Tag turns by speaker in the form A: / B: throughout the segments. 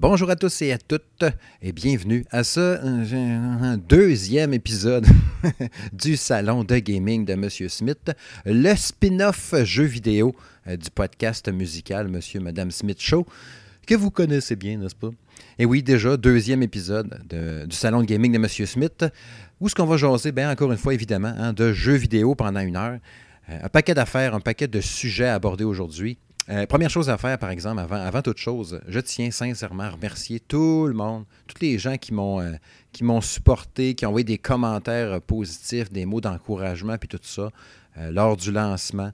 A: Bonjour à tous et à toutes et bienvenue à ce deuxième épisode du salon de gaming de Monsieur Smith, le spin-off jeu vidéo du podcast musical Monsieur et Madame Smith Show, que vous connaissez bien, n'est-ce pas? Et oui, déjà, deuxième épisode du salon de gaming de Monsieur Smith, où ce qu'on va jaser, bien encore une fois évidemment, de jeux vidéo pendant une heure. Un paquet d'affaires, un paquet de sujets à aborder aujourd'hui. Première chose à faire, par exemple, avant toute chose, je tiens sincèrement à remercier tout le monde, tous les gens qui m'ont supporté, qui ont envoyé des commentaires positifs, des mots d'encouragement, puis tout ça, lors du lancement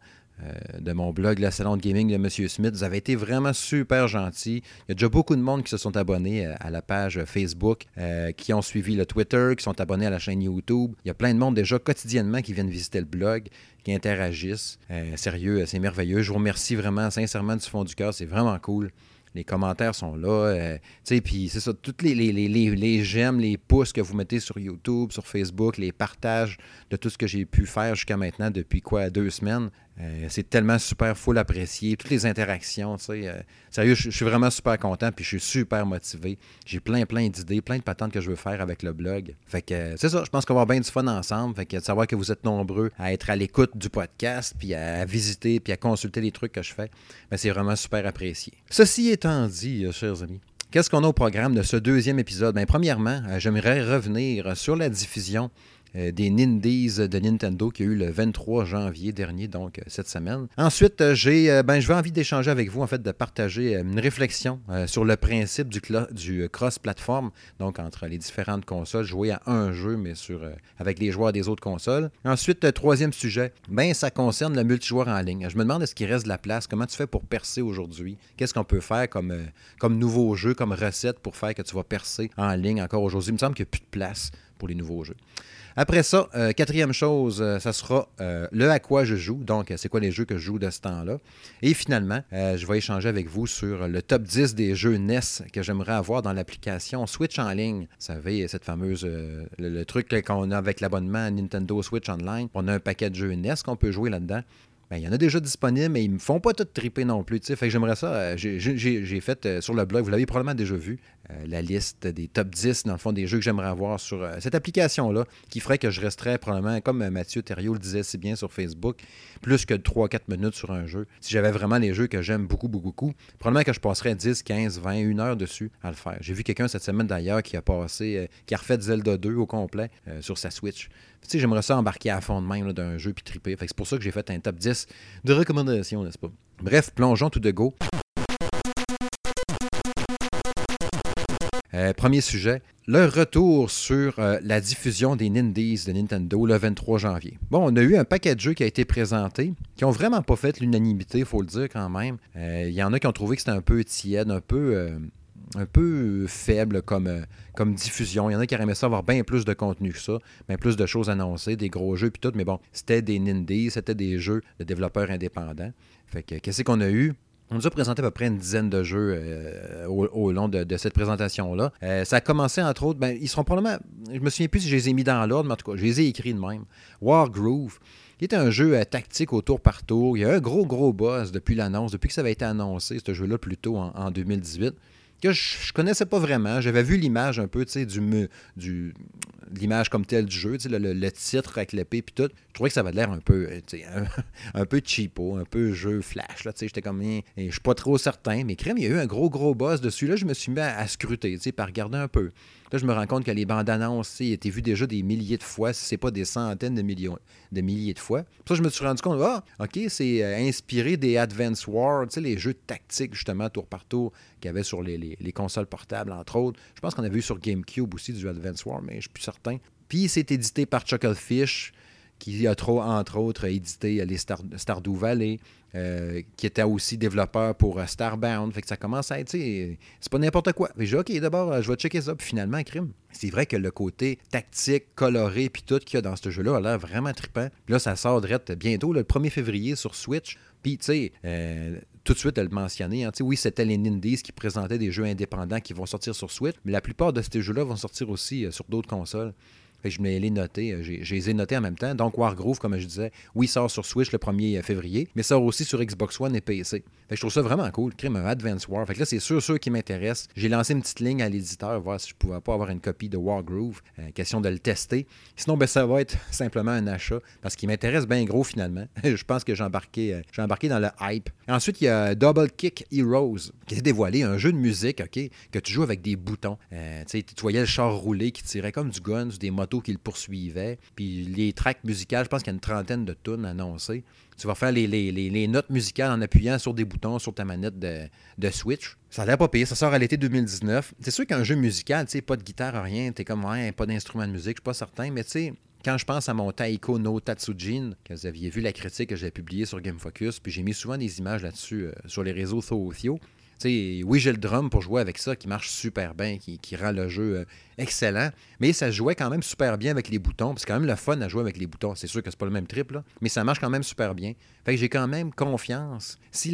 A: de mon blog, le salon de gaming de Monsieur Smith. Vous avez été vraiment super gentils. Il y a déjà beaucoup de monde qui se sont abonnés à la page Facebook, qui ont suivi le Twitter, qui sont abonnés à la chaîne YouTube. Il y a plein de monde déjà quotidiennement qui viennent visiter le blog, qui interagissent. Sérieux, c'est merveilleux. Je vous remercie vraiment, sincèrement, du fond du cœur. C'est vraiment cool. Les commentaires sont là. Puis c'est ça, toutes les j'aime, les pouces que vous mettez sur YouTube, sur Facebook, les partages de tout ce que j'ai pu faire jusqu'à maintenant depuis 2 semaines. C'est tellement super full apprécié. Toutes les interactions, sérieux, je suis vraiment super content puis je suis super motivé. J'ai plein d'idées, plein de patentes que je veux faire avec le blog. Fait que c'est ça, je pense qu'on va avoir bien du fun ensemble. Fait que de savoir que vous êtes nombreux à être à l'écoute du podcast puis à visiter puis à consulter les trucs que je fais, bien, c'est vraiment super apprécié. Ceci étant dit, chers amis, qu'est-ce qu'on a au programme de ce deuxième épisode? Bien, premièrement, j'aimerais revenir sur la diffusion des Nindies de Nintendo qui a eu le 23 janvier dernier, donc cette semaine. Ensuite, je vais envie d'échanger avec vous, en fait, de partager une réflexion sur le principe du cross-platform, donc entre les différentes consoles, jouer à un jeu, mais avec les joueurs des autres consoles. Ensuite, troisième sujet, ça concerne le multijoueur en ligne. Je me demande est-ce qu'il reste de la place, comment tu fais pour percer aujourd'hui? Qu'est-ce qu'on peut faire comme nouveau jeu, comme recette pour faire que tu vas percer en ligne encore aujourd'hui? Il me semble qu'il n'y a plus de place pour les nouveaux jeux. Après ça, quatrième chose, ça sera le à quoi je joue. Donc, c'est quoi les jeux que je joue de ce temps-là. Et finalement, je vais échanger avec vous sur le top 10 des jeux NES que j'aimerais avoir dans l'application Switch en ligne. Vous savez, cette fameuse, le truc qu'on a avec l'abonnement Nintendo Switch Online. On a un paquet de jeux NES qu'on peut jouer là-dedans. Il y en a déjà disponibles, mais ils ne me font pas tout triper non plus. Fait que j'aimerais ça. J'ai fait sur le blog, vous l'avez probablement déjà vu, la liste des top 10, dans le fond, des jeux que j'aimerais avoir sur cette application-là, qui ferait que je resterais probablement, comme Mathieu Thériault le disait si bien sur Facebook, plus que 3-4 minutes sur un jeu. Si j'avais vraiment les jeux que j'aime beaucoup, probablement que je passerais 10, 15, 20, 1 heure dessus à le faire. J'ai vu quelqu'un cette semaine d'ailleurs qui a refait Zelda 2 au complet sur sa Switch. J'aimerais ça embarquer à fond de même là, d'un jeu puis triper. Fait que c'est pour ça que j'ai fait un top 10 de recommandations, n'est-ce pas? Bref, plongeons tout de go. Premier sujet, le retour sur la diffusion des Nindies de Nintendo le 23 janvier. Bon, on a eu un paquet de jeux qui a été présenté, qui n'ont vraiment pas fait l'unanimité, il faut le dire quand même. Il y en a qui ont trouvé que c'était un peu tiède, un peu faible comme diffusion. Il y en a qui auraient aimé ça avoir bien plus de contenu que ça, bien plus de choses annoncées, des gros jeux puis tout, mais bon, c'était des Nindies, c'était des jeux de développeurs indépendants. Fait que qu'est-ce qu'on a eu? On nous a présenté à peu près une dizaine de jeux au long de cette présentation-là. Ça a commencé, entre autres, ils seront probablement... Je me souviens plus si je les ai mis dans l'ordre, mais en tout cas, je les ai écrits de même. Wargroove, qui est un jeu tactique au tour par tour. Il y a un gros buzz depuis l'annonce, depuis que ça avait été annoncé, ce jeu-là, plus tôt en 2018. Que je connaissais pas vraiment. J'avais vu l'image un peu, tu sais, l'image comme telle du jeu, tu sais, le titre avec l'épée et tout. Je trouvais que ça avait l'air un peu, tu sais, un peu cheapo, un peu jeu flash, là, tu sais. J'étais comme, je suis pas trop certain, mais crème, il y a eu un gros buzz dessus. Là, je me suis mis à scruter, tu sais, par regarder un peu. Là, je me rends compte que les bandes annonces, tu sais, étaient vues déjà des milliers de fois, si c'est pas des centaines de milliers de fois. Puis ça, je me suis rendu compte, OK, c'est inspiré des Advance Wars, tu sais, les jeux tactiques, justement, tour par tour, qu'il y avait sur les consoles portables, entre autres. Je pense qu'on avait vu sur GameCube aussi du Advance Wars, mais je suis plus certain. Puis c'est édité par Chucklefish, qui a entre autres édité les Stardew Valley, qui était aussi développeur pour Starbound. Fait que ça commence à être, c'est pas n'importe quoi. Fait que j'ai dit, OK, d'abord, je vais checker ça. Puis finalement, crime. C'est vrai que le côté tactique, coloré, puis tout qu'il y a dans ce jeu-là a l'air vraiment trippant. Puis là, ça sort direct bientôt, le 1er février sur Switch. Puis, tu sais, tout de suite, elle le mentionnait. Hein, oui, c'était les Nindies qui présentaient des jeux indépendants qui vont sortir sur Switch, mais la plupart de ces jeux-là vont sortir aussi sur d'autres consoles. Fait que je me les ai notés. Je les ai notés en même temps. Donc, Wargroove, comme je disais, oui, il sort sur Switch le 1er février, mais sort aussi sur Xbox One et PC. Fait que je trouve ça vraiment cool. Crime un Advance War. Fait que là, c'est sûr qui m'intéresse. J'ai lancé une petite ligne à l'éditeur, voir si je pouvais pas avoir une copie de Wargroove. Question de le tester. Sinon, ben, ça va être simplement un achat parce qu'il m'intéresse bien gros finalement. Je pense que j'ai embarqué dans le hype. Ensuite, il y a Double Kick Heroes qui s'est dévoilé, un jeu de musique, OK, que tu joues avec des boutons. Tu voyais le char rouler qui tirait comme du gun sur des motos qui le poursuivaient. Puis les tracks musicales, je pense qu'il y a une trentaine de tunes annoncées. Tu vas faire les notes musicales en appuyant sur des boutons sur ta manette de Switch. Ça a l'air pas pire. Ça sort à l'été 2019. C'est sûr qu'un jeu musical, tu sais, pas de guitare, rien, t'es comme, ouais, pas d'instrument de musique, je suis pas certain, mais tu sais, quand je pense à mon Taiko no Tatsujin, que vous aviez vu la critique que j'ai publiée sur Game Focus, puis j'ai mis souvent des images là-dessus sur les réseaux sociaux. T'sais, oui, j'ai le drum pour jouer avec ça qui marche super bien, qui rend le jeu excellent, mais ça jouait quand même super bien avec les boutons. C'est quand même le fun à jouer avec les boutons. C'est sûr que c'est pas le même trip, là, mais ça marche quand même super bien. Fait que j'ai quand même confiance. Si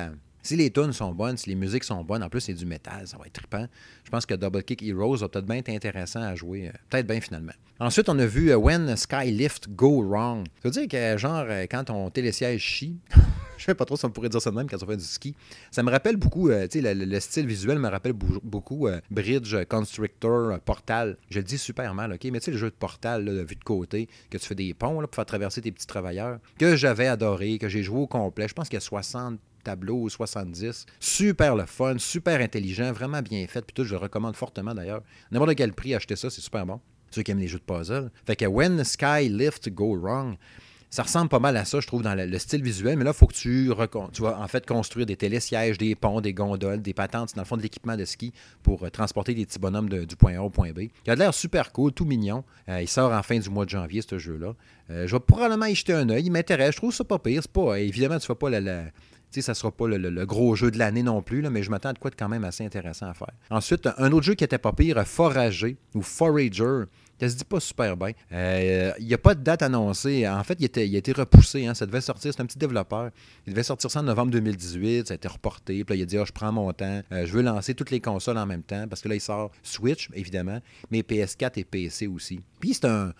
A: les tunes sont bonnes, si les musiques sont bonnes, en plus c'est du métal, ça va être trippant. Je pense que Double Kick Heroes va peut-être bien être intéressant à jouer, peut-être bien finalement. Ensuite, on a vu When Skylift Go Wrong. Ça veut dire que genre, quand ton télésiège chie, je sais pas trop si on pourrait dire ça de même quand on fait du ski. Ça me rappelle beaucoup, tu sais, le style visuel me rappelle beaucoup Bridge, Constrictor, Portal. Je le dis super mal, OK? Mais tu sais, le jeu de Portal, là, vu de côté, que tu fais des ponts là, pour faire traverser tes petits travailleurs, que j'avais adoré, que j'ai joué au complet. Je pense qu'il y a 60 tableaux ou 70. Super le fun, super intelligent, vraiment bien fait. Puis tout, je le recommande fortement d'ailleurs. N'importe quel prix, acheter ça, c'est super bon. Ceux qui aiment les jeux de puzzle. Fait que When Sky Lift Go Wrong, ça ressemble pas mal à ça, je trouve, dans le style visuel. Mais là, il faut que tu vas en fait construire des télésièges, des ponts, des gondoles, des patentes, dans le fond, de l'équipement de ski pour transporter des petits bonhommes du point A au point B. Il a l'air super cool, tout mignon. Il sort en fin du mois de janvier, ce jeu-là. Je vais probablement y jeter un œil. Il m'intéresse. Je trouve ça pas pire. C'est pas, évidemment, tu ne fais pas tu sais, ça ne sera pas le gros jeu de l'année non plus, là, mais je m'attends à de quoi de quand même assez intéressant à faire. Ensuite, un autre jeu qui était pas pire, Forager ou Forager. Ça se dit pas super bien. Il n'y a pas de date annoncée. En fait, il a été repoussé. Ça devait sortir. C'est un petit développeur. Il devait sortir ça en novembre 2018. Ça a été reporté. Puis là, il a dit je prends mon temps. Je veux lancer toutes les consoles en même temps. Parce que là, il sort Switch, évidemment, mais PS4 et PC aussi. Puis c'est un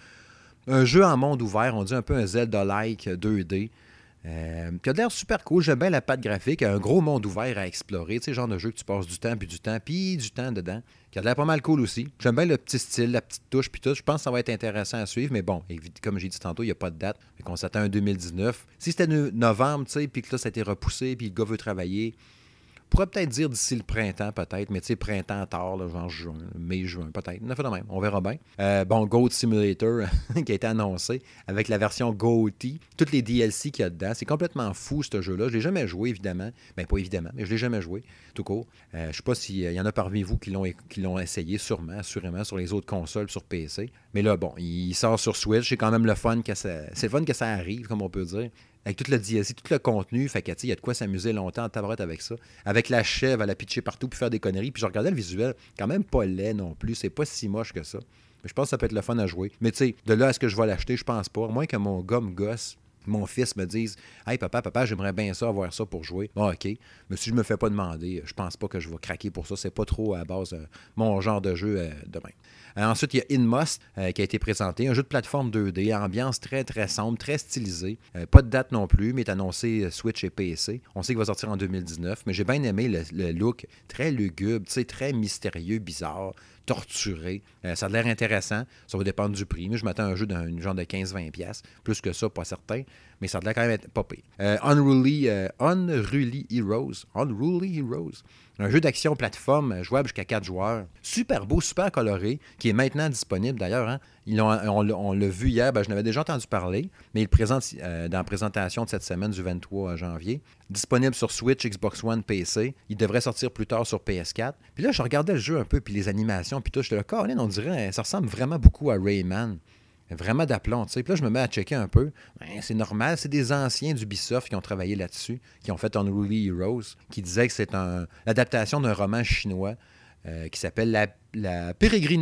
A: jeu en monde ouvert. On dit un peu un Zelda-like 2D. Qui a l'air super cool. J'aime bien la patte graphique. Un gros monde ouvert à explorer. Tu sais, genre de jeu que tu passes du temps dedans. Qui a l'air pas mal cool aussi. J'aime bien le petit style, la petite touche, puis tout. Je pense que ça va être intéressant à suivre. Mais bon, comme j'ai dit tantôt, il n'y a pas de date. Fait qu'on s'attend à 2019. Si c'était novembre, tu sais, puis que là, ça a été repoussé, puis le gars veut travailler, on pourrait peut-être dire d'ici le printemps, peut-être, mais tu sais, printemps tard, là, genre juin, mai-juin, peut-être. On a fait de même, on verra bien. Goat Simulator qui a été annoncé avec la version Goatee, toutes les DLC qu'il y a dedans. C'est complètement fou, ce jeu-là. Je ne l'ai jamais joué, évidemment. Ben, pas évidemment, mais je ne l'ai jamais joué, tout court. Je ne sais pas s'il y en a parmi vous qui l'ont essayé, assurément, sur les autres consoles, sur PC. Mais là, bon, il sort sur Switch. C'est quand même le fun c'est le fun que ça arrive, comme on peut dire. Avec tout le DLC, tout le contenu, fait que il y a de quoi s'amuser longtemps en tabarette avec ça. Avec la chèvre à la pitcher partout puis faire des conneries. Puis je regardais le visuel, quand même pas laid non plus, c'est pas si moche que ça. Mais je pense que ça peut être le fun à jouer. Mais tu sais, de là à ce que je vais l'acheter, je pense pas. À moins que mon gars me gosse, mon fils me dise « Hey papa, j'aimerais bien ça, avoir ça pour jouer. » Bon, OK. Mais si je me fais pas demander, je pense pas que je vais craquer pour ça. C'est pas trop à la base mon genre de jeu demain. Ensuite, il y a Inmost qui a été présenté, un jeu de plateforme 2D, ambiance très très sombre, très stylisée. Pas de date non plus, mais est annoncé Switch et PC. On sait qu'il va sortir en 2019, mais j'ai bien aimé le look très lugubre, très mystérieux, bizarre, torturé. Ça a l'air intéressant. Ça va dépendre du prix. Mais je m'attends à un jeu d'un genre de 15-20$. Plus que ça, pas certain. Mais ça a l'air quand même être pas pire. Unruly Heroes. Unruly Heroes. Un jeu d'action plateforme jouable jusqu'à 4 joueurs. Super beau, super coloré, qui est maintenant disponible d'ailleurs. Hein. On l'a vu hier, je n'avais déjà entendu parler, mais il le présente dans la présentation de cette semaine du 23 janvier. Disponible sur Switch, Xbox One, PC. Il devrait sortir plus tard sur PS4. Puis là, je regardais le jeu un peu, puis les animations, puis tout. J'étais là, Colin, on dirait, ça ressemble vraiment beaucoup à Rayman. Vraiment d'aplomb, tu sais. Puis là, je me mets à checker un peu. C'est normal, c'est des anciens d'Ubisoft qui ont travaillé là-dessus, qui ont fait Unruly Heroes, qui disaient que c'est l'adaptation d'un roman chinois qui s'appelle la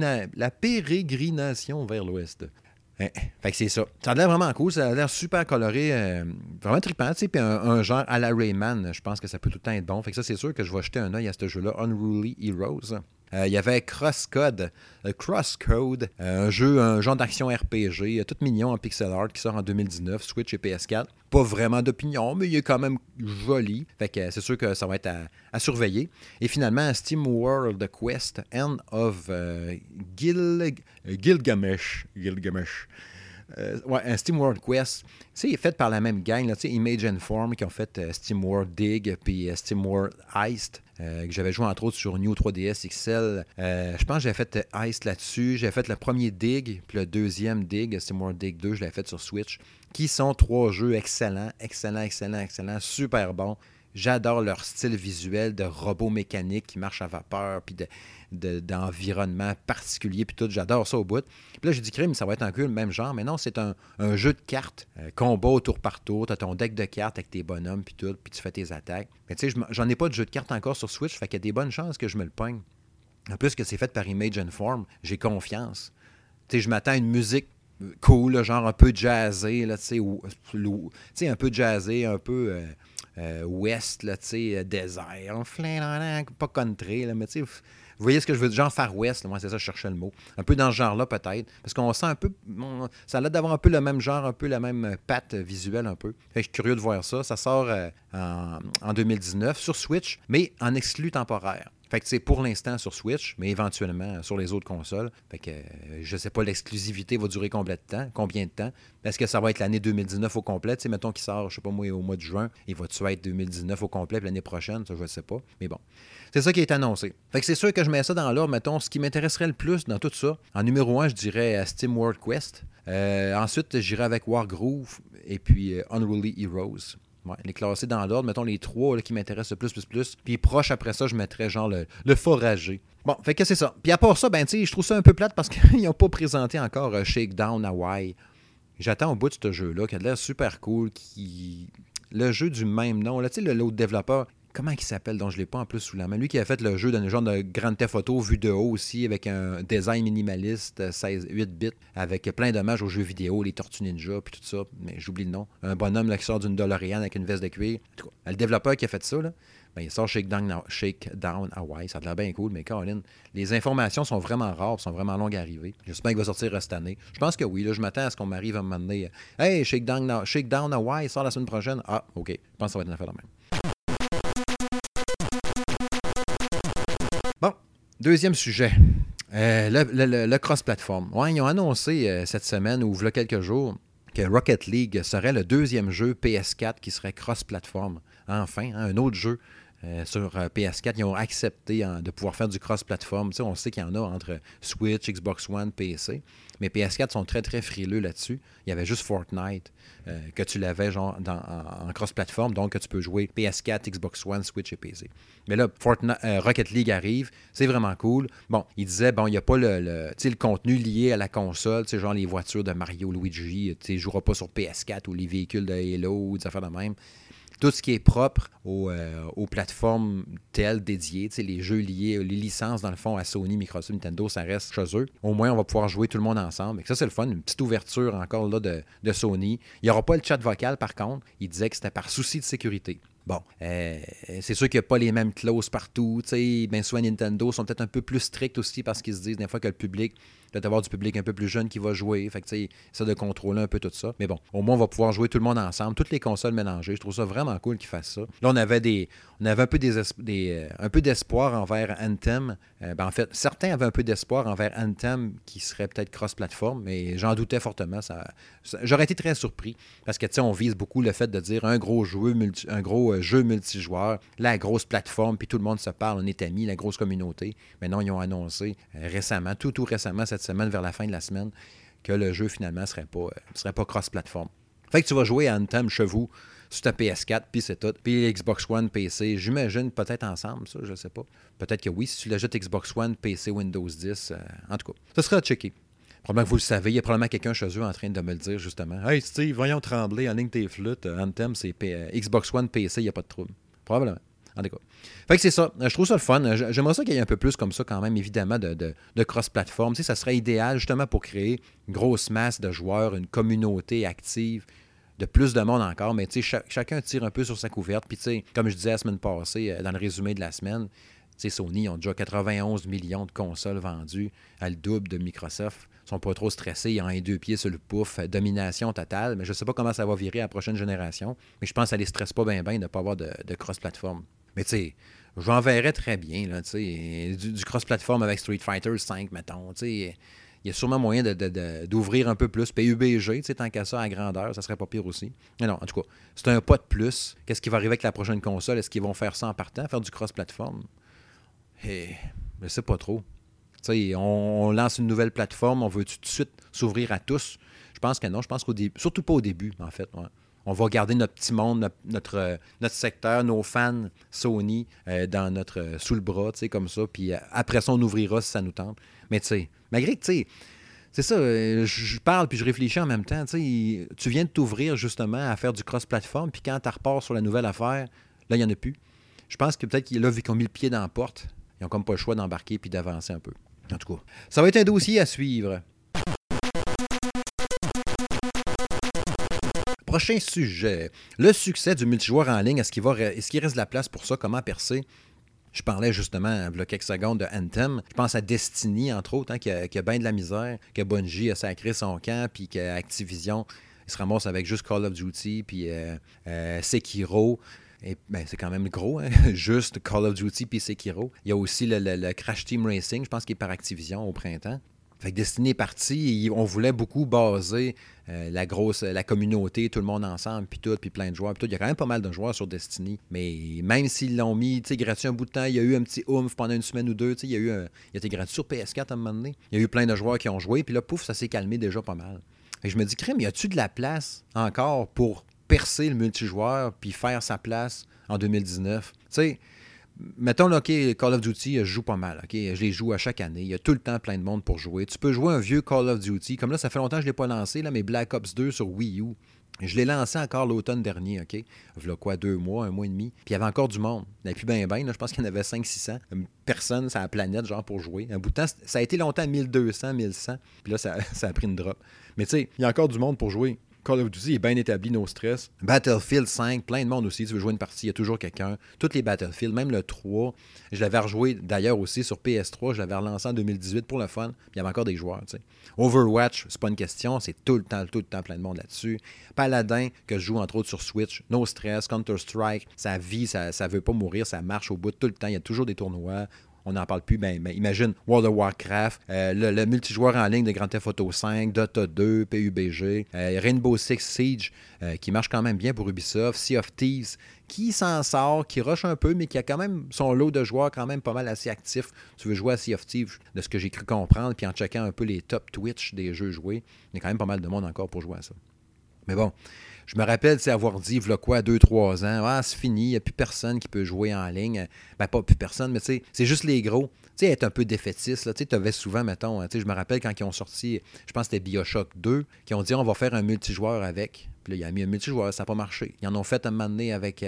A: Pérégrination vers l'Ouest. Fait que c'est ça. Ça a l'air vraiment cool, ça a l'air super coloré, vraiment trippant, tu sais, puis un genre à la Rayman, je pense que ça peut tout le temps être bon. Fait que ça, c'est sûr que je vais jeter un œil à ce jeu-là, Unruly Heroes. Il y avait Crosscode, un genre d'action RPG, tout mignon en pixel art qui sort en 2019, Switch et PS4. Pas vraiment d'opinion, mais il est quand même joli. Fait que c'est sûr que ça va être à surveiller. Et finalement, SteamWorld Quest End of Gilgamesh. Un SteamWorld Quest, c'est fait par la même gang, là, Image & Form, qui ont fait SteamWorld Dig puis SteamWorld Heist, que j'avais joué entre autres sur New 3DS XL. Je pense que j'avais fait Heist là-dessus. J'avais fait le premier Dig, puis le deuxième Dig, SteamWorld Dig 2, je l'avais fait sur Switch, qui sont 3 jeux excellents, super bons. J'adore leur style visuel de robots mécaniques qui marchent à vapeur, puis d'environnement particulier, puis tout. J'adore ça au bout. Puis là, j'ai dit, crime, ça va être un peu le même genre, mais non, c'est un jeu de cartes, combat au tour par tour. Tu as ton deck de cartes avec tes bonhommes, puis tout, puis tu fais tes attaques. Mais tu sais, j'en ai pas de jeu de cartes encore sur Switch, fait qu'il y a des bonnes chances que je me le pogne. En plus que c'est fait par Image & Form, j'ai confiance. Tu sais, je m'attends à une musique cool, là, genre un peu jazzée, là, tu sais, un peu jazzé, un peu West, là, tu sais, désert, pas country, là, mais tu sais, vous voyez ce que je veux dire, genre Far West, là, moi c'est ça, je cherchais le mot. Un peu dans ce genre-là, peut-être, parce qu'on sent un peu, ça a l'air d'avoir un peu le même genre, un peu la même patte visuelle, un peu. Fait que je suis curieux de voir ça. Ça sort en 2019 sur Switch, mais en exclu temporaire. Fait que c'est pour l'instant sur Switch, mais éventuellement sur les autres consoles. Fait que je sais pas, l'exclusivité va durer combien de temps. Est-ce que ça va être l'année 2019 au complet? Tu sais, mettons qu'il sort, je sais pas moi, au mois de juin, il va-tu être 2019 au complet, puis l'année prochaine? Ça, je ne sais pas. Mais bon, c'est ça qui est annoncé. Fait que c'est sûr que je mets ça dans l'ordre, mettons, ce qui m'intéresserait le plus dans tout ça. En numéro 1, je dirais SteamWorld Quest. Ensuite, j'irai avec Wargroove et puis Unruly Heroes. Ouais, les classer dans l'ordre, mettons les 3 là, qui m'intéressent le plus. Puis proche après ça, je mettrais genre le forager. Bon, fait que c'est ça. Puis à part ça, ben tu sais, je trouve ça un peu plate parce qu'ils n'ont pas présenté encore Shakedown Hawaii. J'attends au bout de ce jeu-là, qui a l'air super cool, le jeu du même nom, là, tu sais, l'autre développeur, comment il s'appelle, dont je ne l'ai pas en plus sous la main. Lui qui a fait le jeu d'un genre de Grand Theft Auto vu de haut aussi, avec un design minimaliste, 8 bits, avec plein d'hommages aux jeux vidéo, les Tortues Ninja, puis tout ça. Mais j'oublie le nom. Un bonhomme là, qui sort d'une DeLorean avec une veste de cuir. En tout cas, le développeur qui a fait ça, là, ben, il sort Shakedown Hawaii. Ça a l'air bien cool, mais Colin, les informations sont vraiment rares, sont vraiment longues à arriver. J'espère qu'il va sortir cette année. Je pense que oui. Là, je m'attends à ce qu'on m'arrive à m'amener. Hey, Shakedown Hawaii sort la semaine prochaine. Ah, OK. Je pense que ça va être une affaire de même. Bon, deuxième sujet. Le cross-platform. Ouais, ils ont annoncé cette semaine, ou il y a quelques jours, que Rocket League serait le deuxième jeu PS4 qui serait cross-platform. Enfin, un autre jeu sur PS4. Ils ont accepté de pouvoir faire du cross-platform. Tu sais, on sait qu'il y en a entre Switch, Xbox One, PC. Mais PS4 sont très, très frileux là-dessus. Il y avait juste Fortnite que tu l'avais genre en cross-platform, donc que tu peux jouer PS4, Xbox One, Switch et PC. Mais là, Rocket League arrive, c'est vraiment cool. Bon, il disait, bon, il n'y a pas le contenu lié à la console, genre les voitures de Mario, Luigi, tu ne joueras pas sur PS4 ou les véhicules de Halo ou des affaires de même. Tout ce qui est propre aux plateformes telles dédiées, les jeux liés, les licences dans le fond à Sony, Microsoft, Nintendo, ça reste chez eux. Au moins, on va pouvoir jouer tout le monde ensemble. Et ça, c'est le fun. Une petite ouverture encore là de Sony. Il n'y aura pas le chat vocal, par contre. Il disait que c'était par souci de sécurité. Bon, c'est sûr qu'il n'y a pas les mêmes clauses partout. Bien souvent, Nintendo sont peut-être un peu plus stricts aussi parce qu'ils se disent des fois que le public, peut-être avoir du public un peu plus jeune qui va jouer. Fait que ça de contrôler un peu tout ça. Mais bon, au moins, on va pouvoir jouer tout le monde ensemble, toutes les consoles mélangées. Je trouve ça vraiment cool qu'ils fassent ça. Là, on avait un peu d'espoir envers Anthem. En fait, certains avaient un peu d'espoir envers Anthem qui serait peut-être cross-platform, mais j'en doutais fortement. J'aurais été très surpris parce que on vise beaucoup le fait de dire un gros jeu multijoueur, la grosse plateforme, puis tout le monde se parle, on est amis, la grosse communauté. Mais non, ils ont annoncé récemment, tout récemment, cette semaine, vers la fin de la semaine, que le jeu finalement ne serait pas cross-platform. Fait que tu vas jouer à Anthem chez vous sur ta PS4, puis c'est tout. Puis Xbox One, PC, j'imagine peut-être ensemble, ça, je sais pas. Peut-être que oui, si tu l'ajoutes Xbox One, PC, Windows 10, en tout cas, ça sera à checker. Probablement que vous le savez, il y a probablement quelqu'un chez eux en train de me le dire justement. Hey Steve, voyons trembler, en ligne tes flûtes, Anthem, c'est Xbox One, PC, il n'y a pas de trouble. Probablement. En tout cas. Fait que c'est ça. Je trouve ça le fun. J'aimerais ça qu'il y ait un peu plus comme ça quand même, évidemment, de cross-platform. Ça serait idéal justement pour créer une grosse masse de joueurs, une communauté active, de plus de monde encore. Mais chacun tire un peu sur sa couverte. Puis comme je disais la semaine passée, dans le résumé de la semaine, sais, Sony ont déjà 91 millions de consoles vendues à le double de Microsoft. Ils sont pas trop stressés, ils ont un deux pieds sur le pouf, domination totale, mais je ne sais pas comment ça va virer à la prochaine génération. Mais je pense que ça ne les stresse pas bien de ne pas avoir de cross-platform. Mais tu sais, j'en verrais très bien, là, tu sais, du cross-platform avec Street Fighter V, mettons, tu sais. Il y a sûrement moyen d'ouvrir un peu plus. PUBG, tu sais, tant qu'à ça, à grandeur, ça serait pas pire aussi. Mais non, en tout cas, c'est un pas de plus. Qu'est-ce qui va arriver avec la prochaine console? Est-ce qu'ils vont faire ça en partant, faire du cross-platform? Je ne sais pas trop. Tu sais, on lance une nouvelle plateforme, on veut tout de suite s'ouvrir à tous? Je pense que non. Je pense qu'au début, surtout pas au début, en fait. Ouais. On va garder notre petit monde, notre secteur, nos fans Sony dans sous le bras, tu sais, comme ça. Puis après ça, on ouvrira si ça nous tente. Mais tu sais, malgré que, tu sais, c'est ça, je parle puis je réfléchis en même temps. Tu sais, tu viens de t'ouvrir justement à faire du cross-platform, puis quand tu repars sur la nouvelle affaire, là, il n'y en a plus. Je pense que peut-être là, vu qu'ils ont mis le pied dans la porte, ils n'ont comme pas le choix d'embarquer puis d'avancer un peu. En tout cas, ça va être un dossier à suivre. Prochain sujet. Le succès du multijoueur en ligne, est-ce qu'il reste de la place pour ça? Comment percer? Je parlais justement, il y a quelques secondes, de Anthem. Je pense à Destiny, entre autres, hein, qui a bien de la misère, que Bungie a sacré son camp, puis qu'Activision, il se ramasse avec juste Call of Duty, puis Sekiro. Et, ben, c'est quand même gros, hein? Juste Call of Duty puis Sekiro. Il y a aussi le Crash Team Racing, je pense qu'il est par Activision au printemps. Fait que Destiny est parti, on voulait beaucoup baser la communauté, tout le monde ensemble, puis tout, puis plein de joueurs, puis tout. Il y a quand même pas mal de joueurs sur Destiny, mais même s'ils l'ont mis gratuit un bout de temps, il y a eu un petit oomph pendant une semaine ou deux, il a été gratuit sur PS4 à un moment donné. Il y a eu plein de joueurs qui ont joué, puis là, pouf, ça s'est calmé déjà pas mal. Fait que je me dis, crème, y a-tu de la place encore pour percer le multijoueur, puis faire sa place en 2019? Tu sais, mettons, là, OK, Call of Duty, je joue pas mal. OK? Je les joue à chaque année. Il y a tout le temps plein de monde pour jouer. Tu peux jouer un vieux Call of Duty. Comme là, ça fait longtemps que je ne l'ai pas lancé, là, mais Black Ops 2 sur Wii U. Je l'ai lancé encore l'automne dernier, OK? Il y a quoi, 2 mois, 1 mois et demi. Puis il y avait encore du monde. Il n'y avait plus ben, je pense qu'il y en avait 500-600 personnes sur la planète, genre, pour jouer. Un bout de temps, ça a été longtemps 1200, 1100. Puis là, ça a pris une drop. Mais tu sais, il y a encore du monde pour jouer. Call of Duty est bien établi, no stress. Battlefield 5, plein de monde aussi. Tu veux jouer une partie, il y a toujours quelqu'un. Toutes les Battlefield, même le 3. Je l'avais rejoué d'ailleurs aussi sur PS3. Je l'avais relancé en 2018 pour le fun. Puis il y avait encore des joueurs, tu sais. Overwatch, c'est pas une question. C'est tout le temps plein de monde là-dessus. Paladin, que je joue entre autres sur Switch. No stress. Counter-Strike, ça vit, ça veut pas mourir, ça marche au bout tout le temps. Il y a toujours des tournois. On n'en parle plus, ben, imagine World of Warcraft, le multijoueur en ligne de Grand Theft Auto 5, Dota 2, PUBG, Rainbow Six Siege, qui marche quand même bien pour Ubisoft, Sea of Thieves, qui s'en sort, qui rush un peu, mais qui a quand même son lot de joueurs quand même pas mal assez actifs. Tu veux jouer à Sea of Thieves, de ce que j'ai cru comprendre, puis en checkant un peu les top Twitch des jeux joués, il y a quand même pas mal de monde encore pour jouer à ça. Mais bon, je me rappelle avoir dit, voilà quoi, 2-3 ans, c'est fini, il n'y a plus personne qui peut jouer en ligne. Ben, pas plus personne, mais tu sais, c'est juste les gros. Tu sais, être un peu défaitiste, tu avais souvent, mettons, je me rappelle quand ils ont sorti, je pense que c'était BioShock 2, qui ont dit, on va faire un multijoueur avec. Puis là, il a mis un multijoueur, ça n'a pas marché. Ils en ont fait un moment donné avec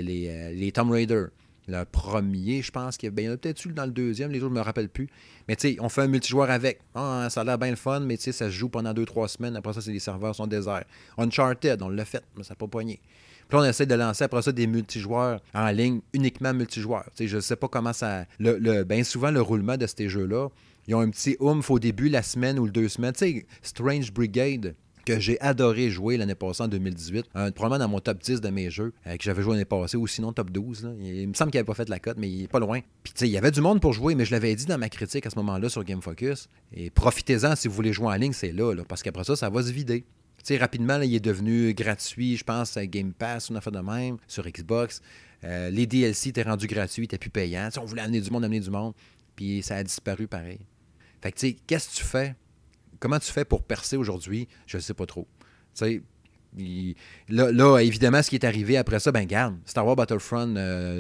A: les Tomb Raider. Le premier, je pense qu'il y en a peut-être eu dans le deuxième, les autres, je ne me rappelle plus. Mais tu sais, on fait un multijoueur avec. Ça a l'air bien le fun, mais tu sais, ça se joue pendant 2-3 semaines. Après ça, les serveurs sont déserts. Uncharted, on l'a fait, mais ça n'a pas poigné. Puis là, on essaie de lancer après ça des multijoueurs en ligne, uniquement multijoueurs. Tu sais, je ne sais pas comment ça... Bien souvent, le roulement de ces jeux-là, ils ont un petit oomph au début, la semaine ou les 2 semaines. Tu sais, Strange Brigade, que j'ai adoré jouer l'année passée en 2018. Probablement dans mon top 10 de mes jeux que j'avais joué l'année passée, ou sinon top 12. Là. Il me semble qu'il n'avait pas fait la cote, mais il est pas loin. Puis tu sais, il y avait du monde pour jouer, mais je l'avais dit dans ma critique à ce moment-là sur Game Focus. Et profitez-en si vous voulez jouer en ligne, c'est là parce qu'après ça va se vider. Tu sais, rapidement, là, il est devenu gratuit, je pense, à Game Pass, on a fait de même, sur Xbox. Les DLC étaient rendus gratuits, étaient plus payants. T'sais, on voulait amener du monde, puis ça a disparu pareil. Fait que tu sais, qu'est-ce que tu fais? Comment tu fais pour percer aujourd'hui? Je ne sais pas trop. Tu sais, là, évidemment, ce qui est arrivé après ça, ben garde, Star Wars Battlefront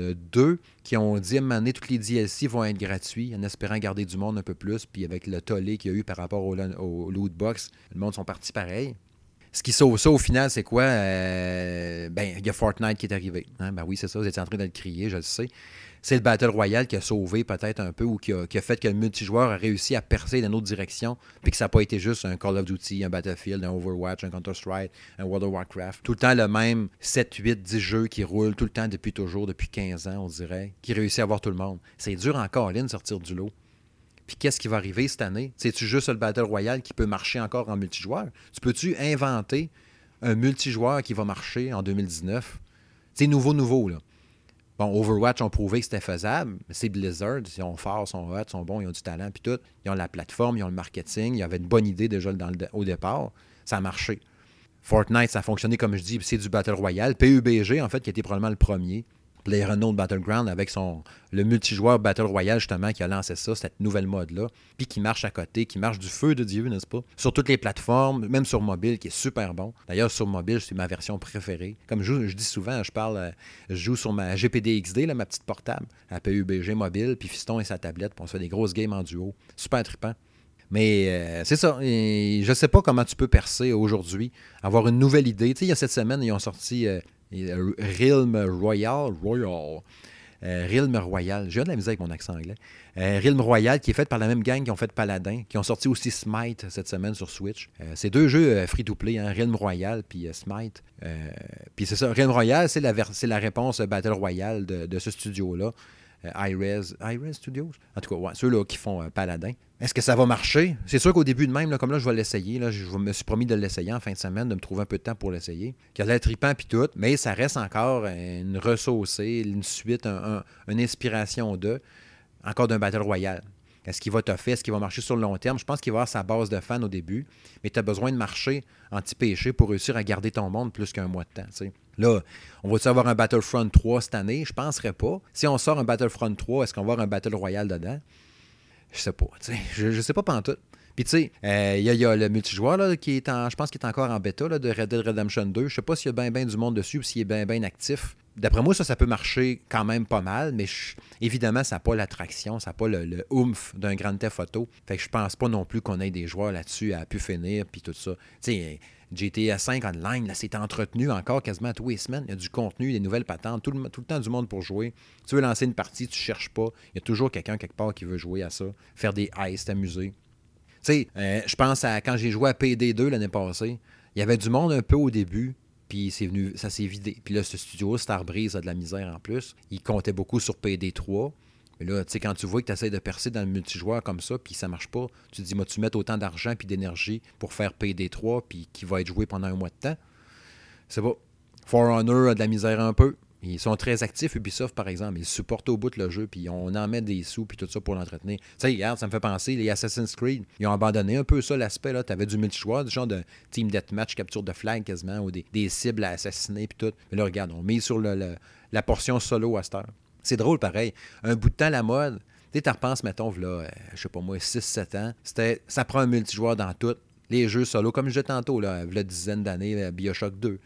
A: 2, qui ont dit à un moment donné, tous les DLC vont être gratuits, en espérant garder du monde un peu plus, puis avec le tollé qu'il y a eu par rapport au loot box, le monde sont partis pareil. Ce qui sauve ça, au final, c'est quoi? Ben, il y a Fortnite qui est arrivé. Hein? Ben oui, c'est ça, vous étiez en train de le crier, je le sais. c'est le Battle Royale qui a sauvé peut-être un peu ou qui a fait que le multijoueur a réussi à percer dans une autre direction, puis que ça n'a pas été juste un Call of Duty, un Battlefield, un Overwatch, un Counter-Strike, un World of Warcraft. Tout le temps le même 7, 8, 10 jeux qui roulent tout le temps depuis toujours, depuis 15 ans, on dirait, qui réussit à avoir tout le monde. C'est dur encore, de sortir du lot. Puis qu'est-ce qui va arriver cette année? C'est-tu juste le Battle Royale qui peut marcher encore en multijoueur? Tu peux-tu inventer un multijoueur qui va marcher en 2019? C'est nouveau, là. Bon, Overwatch ont prouvé que c'était faisable, mais c'est Blizzard. Ils sont forts, ils sont hot, ils sont bons, ils ont du talent, puis tout. Ils ont la plateforme, ils ont le marketing, ils avaient une bonne idée déjà au départ. Ça a marché. Fortnite, ça a fonctionné comme je dis, c'est du Battle Royale. PUBG, en fait, qui était probablement le premier. PlayerUnknown's Battleground avec le multijoueur Battle Royale, justement, qui a lancé ça, cette nouvelle mode-là, puis qui marche à côté, qui marche du feu de Dieu, n'est-ce pas? Sur toutes les plateformes, même sur mobile, qui est super bon. D'ailleurs, sur mobile, c'est ma version préférée. Comme je dis souvent, je joue sur ma GPD XD, là, ma petite portable, à PUBG mobile, puis Fiston et sa tablette, puis on se fait des grosses games en duo. Super trippant. Mais c'est ça. Et je ne sais pas comment tu peux percer aujourd'hui, avoir une nouvelle idée. Tu sais, il y a cette semaine, ils ont sorti Realm Royale. Realm Royale. J'ai de la misère avec mon accent anglais. Realm Royale, qui est fait par la même gang qui ont fait Paladin, qui ont sorti aussi Smite cette semaine sur Switch. C'est deux jeux free-to-play, hein, Realm Royale puis Smite. Puis c'est ça, Realm Royale, c'est la réponse Battle Royale de ce studio-là. iRes Studios. En tout cas, ouais, ceux-là qui font Paladin. Est-ce que ça va marcher? C'est sûr qu'au début de même, là, comme là, je vais l'essayer. Là, je me suis promis de l'essayer en fin de semaine, de me trouver un peu de temps pour l'essayer. Qu'il y a l'air trippant puis tout, mais ça reste encore une ressaucée, une suite, une inspiration encore d'un Battle Royale. Est-ce qu'il va te faire? Est-ce qu'il va marcher sur le long terme? Je pense qu'il va avoir sa base de fans au début, mais tu as besoin de marcher anti-péché pour réussir à garder ton monde plus qu'un mois de temps. T'sais. Là, on va-tu avoir un Battlefront 3 cette année? Je ne penserais pas. Si on sort un Battlefront 3, est-ce qu'on va avoir un Battle Royale dedans? Je sais pas. Je sais pas pantoute. Puis tu sais, il y a le multijoueur là, je pense qu'il est encore en bêta là, de Red Dead Redemption 2. Je sais pas s'il y a bien du monde dessus ou s'il est bien actif. D'après moi, ça peut marcher quand même pas mal, mais évidemment, ça n'a pas l'attraction, ça n'a pas le oomph d'un Grand Theft Auto. Fait que je pense pas non plus qu'on ait des joueurs là-dessus à pu finir, puis tout ça. Tu sais, GTA 5 Online, là, c'est entretenu encore quasiment tous les semaines. Il y a du contenu, des nouvelles patentes, tout le temps du monde pour jouer. Tu veux lancer une partie, tu cherches pas. Il y a toujours quelqu'un quelque part qui veut jouer à ça, faire des heists, t'amuser. Tu sais, je pense à quand j'ai joué à PD2 l'année passée, il y avait du monde un peu au début, puis ça s'est vidé. Puis là, ce studio, Starbreeze, a de la misère en plus. Il comptait beaucoup sur PD3. Mais là, tu sais, quand tu vois que tu essaies de percer dans le multijoueur comme ça, puis ça marche pas, tu te dis, tu mets autant d'argent puis d'énergie pour faire PD3, puis qui va être joué pendant un mois de temps. C'est pas. For Honor a de la misère un peu. Ils sont très actifs, Ubisoft, par exemple. Ils supportent au bout le jeu, puis on en met des sous, puis tout ça pour l'entretenir. Tu sais, regarde, ça me fait penser, les Assassin's Creed, ils ont abandonné un peu ça, l'aspect, là. Tu avais du multijoueur, du genre de team deathmatch, capture de flag quasiment, ou des cibles à assassiner, puis tout. Mais là, regarde, on met sur la portion solo à cette heure. C'est drôle, pareil. Un bout de temps, la mode, tu sais, tu repenses, mettons, là, je sais pas moi, 6-7 ans, ça prend un multijoueur dans tout. Les jeux solo, comme je disais tantôt, là, il y a une dizaine d'années, BioShock 2.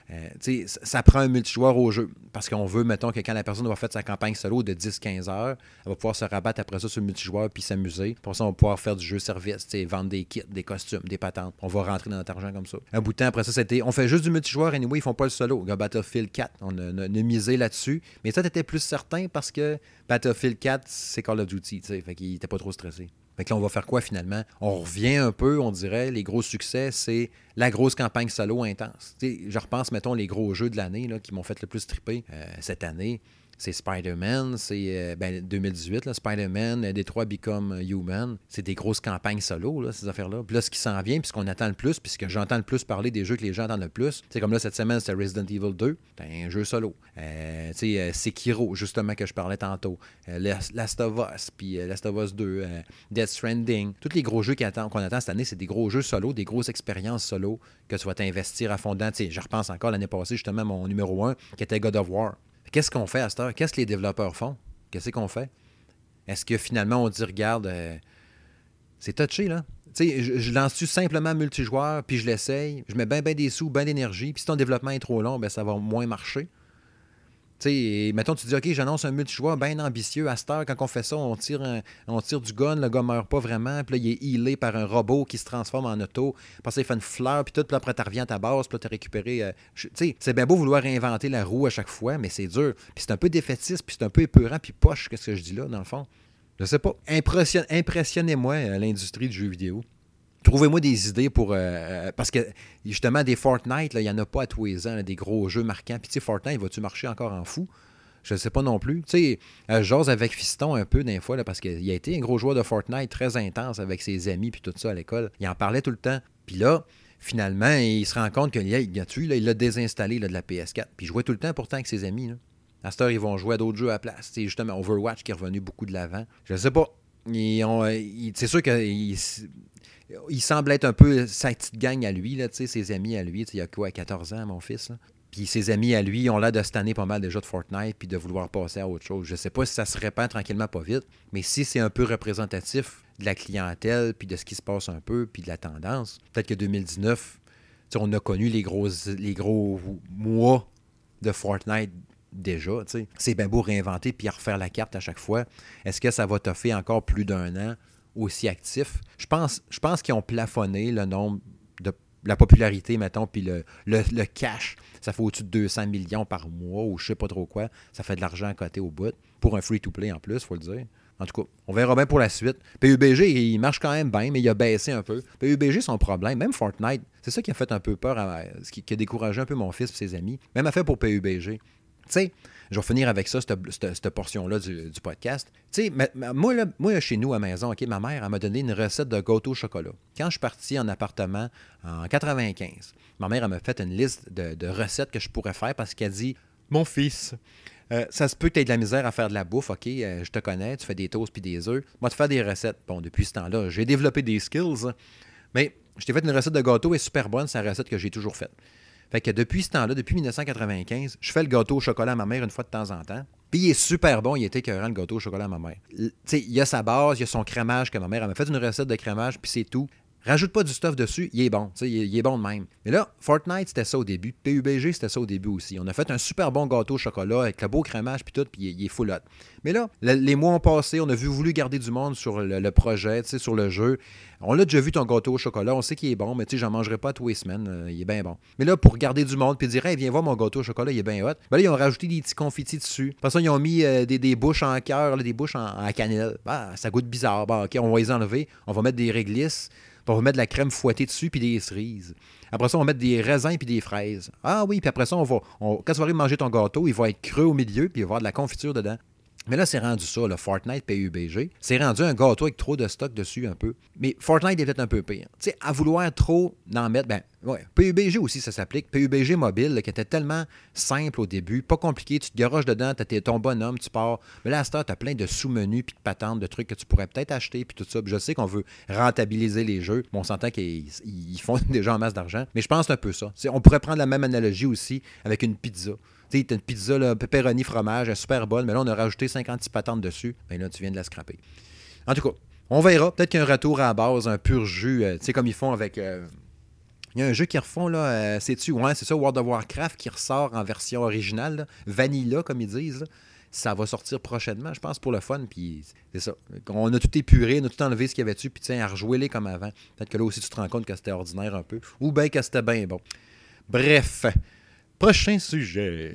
A: Ça prend un multijoueur au jeu. Parce qu'on veut, mettons, que quand la personne va faire sa campagne solo de 10-15 heures, elle va pouvoir se rabattre après ça sur le multijoueur puis s'amuser. Pour ça, on va pouvoir faire du jeu service, vendre des kits, des costumes, des patentes. On va rentrer dans notre argent comme ça. Un bout de temps après ça, c'était. On fait juste du multijoueur, anyway, ils font pas le solo. Battlefield 4, on a misé là-dessus. Mais ça, t'étais plus certain parce que Battlefield 4, c'est Call of Duty, fait qu'il était pas trop stressé. Fait que là, on va faire quoi finalement? On revient un peu, on dirait, les gros succès, c'est la grosse campagne solo intense. Je repense, mettons, les gros jeux de l'année là, qui m'ont fait le plus triper cette année. C'est Spider-Man, c'est 2018, là, Spider-Man, Detroit Become Human. C'est des grosses campagnes solo, là, ces affaires-là. Puis là, ce qui s'en vient, puis ce qu'on attend le plus, puis ce que j'entends le plus parler des jeux que les gens attendent le plus, c'est comme là, cette semaine, c'était Resident Evil 2. C'est un jeu solo. Sekiro, justement, que je parlais tantôt. Last of Us, puis Last of Us 2, Death Stranding. Tous les gros jeux qu'on attend cette année, c'est des gros jeux solo, des grosses expériences solo que tu vas t'investir à fond dedans. Je repense encore l'année passée, justement, mon numéro 1, qui était God of War. Qu'est-ce qu'on fait à cette heure? Qu'est-ce que les développeurs font? Qu'est-ce qu'on fait? Est-ce que finalement on dit, regarde, c'est touché, là? Tu sais, je lance-tu simplement multijoueur, puis je l'essaye, je mets bien des sous, bien d'énergie, puis si ton développement est trop long, ben ça va moins marcher. sais, mettons, tu dis, OK, j'annonce un multijoueur bien ambitieux. À cette heure, quand on fait ça, on tire du gun, le gars meurt pas vraiment. Puis là, il est healé par un robot qui se transforme en auto. Puis ça, il fait une fleur, puis tout. Puis après, tu reviens à ta base, puis là, tu as récupéré. Tu sais, c'est bien beau vouloir réinventer la roue à chaque fois, mais c'est dur. Puis c'est un peu défaitiste, puis c'est un peu épeurant, puis poche, qu'est-ce que je dis là, dans le fond. Je sais pas. Impressionnez-moi l'industrie du jeu vidéo. Trouvez-moi des idées pour... parce que, justement, des Fortnite, il n'y en a pas à tous les ans, là, des gros jeux marquants. Puis, tu sais, Fortnite, va-tu marcher encore en fou? Je ne sais pas non plus. Tu sais, j'ose avec Fiston un peu des fois, là, parce qu'il a été un gros joueur de Fortnite très intense avec ses amis, puis tout ça à l'école. Il en parlait tout le temps. Puis là, finalement, il se rend compte qu'il il l'a désinstallé là, de la PS4. Puis il jouait tout le temps pourtant avec ses amis. Là. À cette heure, ils vont jouer à d'autres jeux à la place. C'est justement Overwatch qui est revenu beaucoup de l'avant. Je ne sais pas. C'est sûr qu'il semble être un peu sa petite gang à lui, là, ses amis à lui. Il a quoi, 14 ans, mon fils? Là? Puis ses amis à lui ont l'air de se tanner pas mal déjà de Fortnite puis de vouloir passer à autre chose. Je ne sais pas si ça se répand tranquillement pas vite, mais si c'est un peu représentatif de la clientèle puis de ce qui se passe un peu puis de la tendance, peut-être que 2019, on a connu les gros mois de Fortnite déjà. T'sais. C'est bien beau réinventer puis refaire la carte à chaque fois. Est-ce que ça va toffer encore plus d'un an aussi actif? Je pense qu'ils ont plafonné le nombre de la popularité, mettons, puis le cash. Ça fait au-dessus de 200 millions par mois ou je sais pas trop quoi. Ça fait de l'argent à côté au bout. Pour un free-to-play en plus, il faut le dire. En tout cas, on verra bien pour la suite. PUBG, il marche quand même bien, mais il a baissé un peu. PUBG, son problème, même Fortnite, c'est ça qui a fait un peu peur, qui a découragé un peu mon fils et ses amis. Même affaire pour PUBG. Tu sais, je vais finir avec ça, cette portion-là du podcast. Tu sais, moi, chez nous, à la maison, ma mère, elle m'a donné une recette de gâteau au chocolat. Quand je suis parti en appartement en 95, ma mère, elle m'a fait une liste de recettes que je pourrais faire parce qu'elle dit « Mon fils, ça se peut que tu aies de la misère à faire de la bouffe, OK? Je te connais, tu fais des toasts puis des œufs. Moi, tu fais des recettes. » Bon, depuis ce temps-là, j'ai développé des skills, mais je t'ai fait une recette de gâteau, elle est super bonne, c'est la recette que j'ai toujours faite. Fait que depuis ce temps-là, depuis 1995, je fais le gâteau au chocolat à ma mère une fois de temps en temps. Puis il est super bon, il était écœurant le gâteau au chocolat à ma mère. Tu sais, il y a sa base, il y a son crémage que ma mère elle m'a fait une recette de crémage, puis c'est tout. Rajoute pas du stuff dessus, il est bon. Tu sais, il est bon de même. Mais là, Fortnite, c'était ça au début. PUBG, c'était ça au début aussi. On a fait un super bon gâteau au chocolat avec le beau crémage puis tout, puis il est full hot. Mais là, les mois ont passé, on a voulu garder du monde sur le projet, tu sais, sur le jeu. On l'a déjà vu ton gâteau au chocolat, on sait qu'il est bon, mais tu sais, j'en mangerai pas tous les semaines, il est bien bon. Mais là, pour garder du monde puis dire, hey, viens voir mon gâteau au chocolat, il est bien hot. Ben là, ils ont rajouté des petits confitis dessus. Après ça, ils ont mis des bouches en cœur, des bouches en cannelle. Ah, ça goûte bizarre. Bon, OK, on va les enlever, on va mettre des réglisses. Puis on va mettre de la crème fouettée dessus, puis des cerises. Après ça, on va mettre des raisins puis des fraises. Ah oui, puis après ça, quand tu vas arriver manger ton gâteau, il va être creux au milieu, puis il va y avoir de la confiture dedans. Mais là, c'est rendu ça, le Fortnite PUBG. C'est rendu un gâteau avec trop de stock dessus un peu. Mais Fortnite est peut-être un peu pire. Tu sais, à vouloir trop en mettre, PUBG aussi, ça s'applique. PUBG mobile, là, qui était tellement simple au début, pas compliqué, tu te garoches dedans, t'as ton bonhomme, tu pars. Mais là, à cette heure, t'as plein de sous-menus puis de patentes, de trucs que tu pourrais peut-être acheter puis tout ça. Puis je sais qu'on veut rentabiliser les jeux. Bon, on s'entend qu'ils font déjà en masse d'argent. Mais je pense que c'est un peu ça. On pourrait prendre la même analogie aussi avec une pizza. Tu sais, t'as une pizza, là, pepperoni, fromage, elle est super bonne, mais là, on a rajouté 56 patentes dessus. Bien là, tu viens de la scraper. En tout cas, on verra. Peut-être qu'il y a un retour à la base, un pur jus, tu sais, comme ils font avec... il y a un jeu qu'ils refont, là, sais-tu? Ouais, c'est ça, World of Warcraft, qui ressort en version originale, là, Vanilla, comme ils disent. Là. Ça va sortir prochainement, je pense, pour le fun, puis c'est ça. On a tout épuré, on a tout enlevé ce qu'il y avait dessus, puis tiens, à rejouer-les comme avant. Peut-être que là aussi, tu te rends compte que c'était ordinaire un peu, ou bien que c'était bien bon. Bref... Prochain sujet.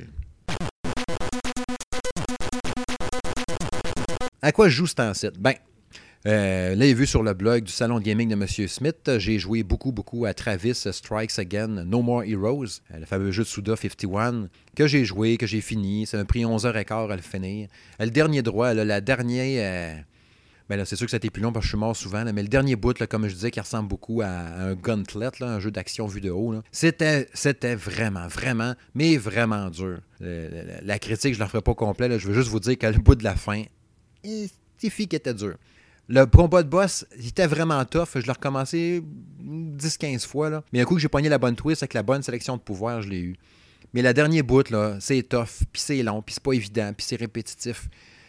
A: À quoi je joue ce temps-ci? Ben, là, vu sur le blog du salon de gaming de M. Smith, j'ai joué beaucoup à Travis Strikes Again, No More Heroes, le fameux jeu de Suda 51, que j'ai joué, que j'ai fini. Ça m'a pris 11h15 à le finir. Le dernier droit, là, la dernière... Ben là, c'est sûr que ça a été plus long parce que je suis mort souvent, là, mais le dernier bout, là, comme je disais, qui ressemble beaucoup à un Gauntlet, là, un jeu d'action vu de haut, là, c'était vraiment dur. La critique, je ne la ferai pas complet, là, je veux juste vous dire que le bout de la fin, c'est qui était dur. Le combat de boss, il était vraiment tough. Je l'ai recommencé 10-15 fois, là. Mais un coup que j'ai pogné la bonne twist avec la bonne sélection de pouvoir, je l'ai eu. Mais le dernier bout, là, c'est tough, puis c'est long, puis c'est pas évident, puis c'est répétitif.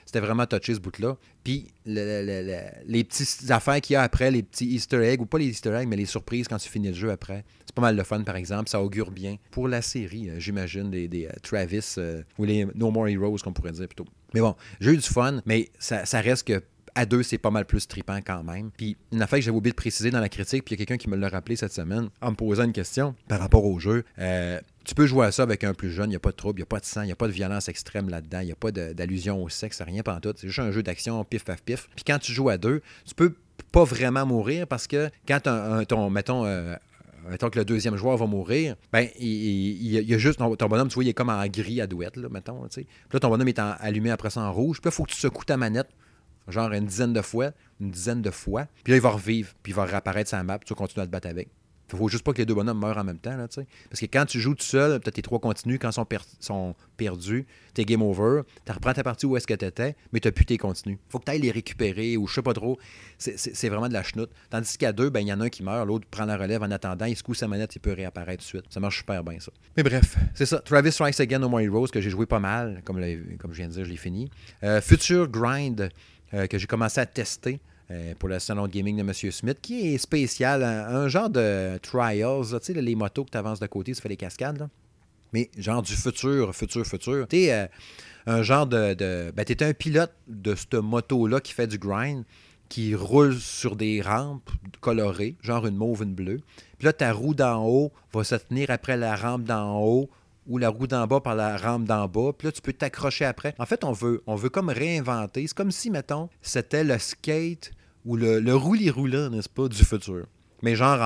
A: C'était vraiment touché ce bout-là. Puis les petites affaires qu'il y a après, les petits easter eggs, ou pas les easter eggs, mais les surprises quand tu finis le jeu après, c'est pas mal de fun, par exemple. Ça augure bien pour la série, j'imagine, des Travis, ou les No More Heroes, qu'on pourrait dire plutôt. Mais bon, j'ai eu du fun, mais ça reste que à deux, c'est pas mal plus trippant quand même. Puis une affaire que j'avais oublié de préciser dans la critique, puis il y a quelqu'un qui me l'a rappelé cette semaine en me posant une question par rapport au jeu. Tu peux jouer à ça avec un plus jeune, il n'y a pas de trouble, il n'y a pas de sang, il n'y a pas de violence extrême là-dedans, il n'y a pas d'allusion au sexe, rien pantoute. C'est juste un jeu d'action, pif, paf, pif. Puis quand tu joues à deux, tu peux pas vraiment mourir parce que quand mettons que le deuxième joueur va mourir, ben il y a juste ton bonhomme, tu vois, il est comme en gris à douette, là, mettons. Puis là, ton bonhomme est allumé après ça en rouge. Puis là, il faut que tu secoues ta manette genre une dizaine de fois. Puis là, il va revivre, puis il va réapparaître sur la map, puis tu vas continuer à te battre avec. Il ne faut juste pas que les deux bonhommes meurent en même temps, là, tu sais. Parce que quand tu joues tout seul, tu as tes 3 continues, quand ils sont perdus, t'es game over, tu reprends ta partie où est-ce que tu étais, mais tu n'as plus tes continues. Il faut que tu ailles les récupérer, ou je sais pas trop. C'est vraiment de la chenoute. Tandis qu'à deux, ben il y en a un qui meurt, l'autre prend la relève en attendant, il secoue sa manette, il peut réapparaître tout de suite. Ça marche super bien, ça. Mais bref, c'est ça. Travis Strikes Again, No More Heroes, que j'ai joué pas mal, comme je viens de dire, je l'ai fini. Future Grind, que j'ai commencé à tester pour le salon de gaming de M. Smith, qui est spécial, un genre de trials, tu sais, les motos que tu avances de côté, tu fais les cascades, là. Mais genre du futur. Tu es un genre ben, tu es un pilote de cette moto-là qui fait du grind, qui roule sur des rampes colorées, genre une mauve, une bleue. Puis là, ta roue d'en haut va se tenir après la rampe d'en haut, ou la roue d'en bas par la rampe d'en bas. Puis là, tu peux t'accrocher après. En fait, on veut comme réinventer. C'est comme si, mettons, c'était le skate ou le roulis-roulant, n'est-ce pas, du futur. Mais genre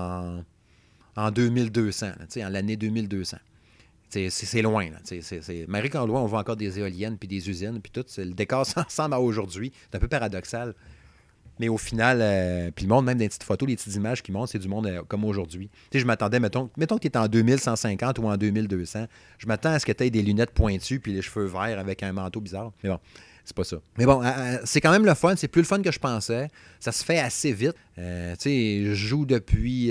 A: en 2200, en l'année 2200. C'est loin. Là, Marie-Carlois, on voit encore des éoliennes puis des usines puis tout. Le décor s'ensemble à aujourd'hui. C'est un peu paradoxal. Mais au final, puis le monde, même des petites photos, les petites images qui montrent, c'est du monde comme aujourd'hui. Je m'attendais, mettons que tu es en 2150 ou en 2200, je m'attends à ce que tu aies des lunettes pointues puis les cheveux verts avec un manteau bizarre. Mais bon, c'est pas ça. Mais bon, c'est quand même le fun. C'est plus le fun que je pensais. Ça se fait assez vite. Je joue depuis...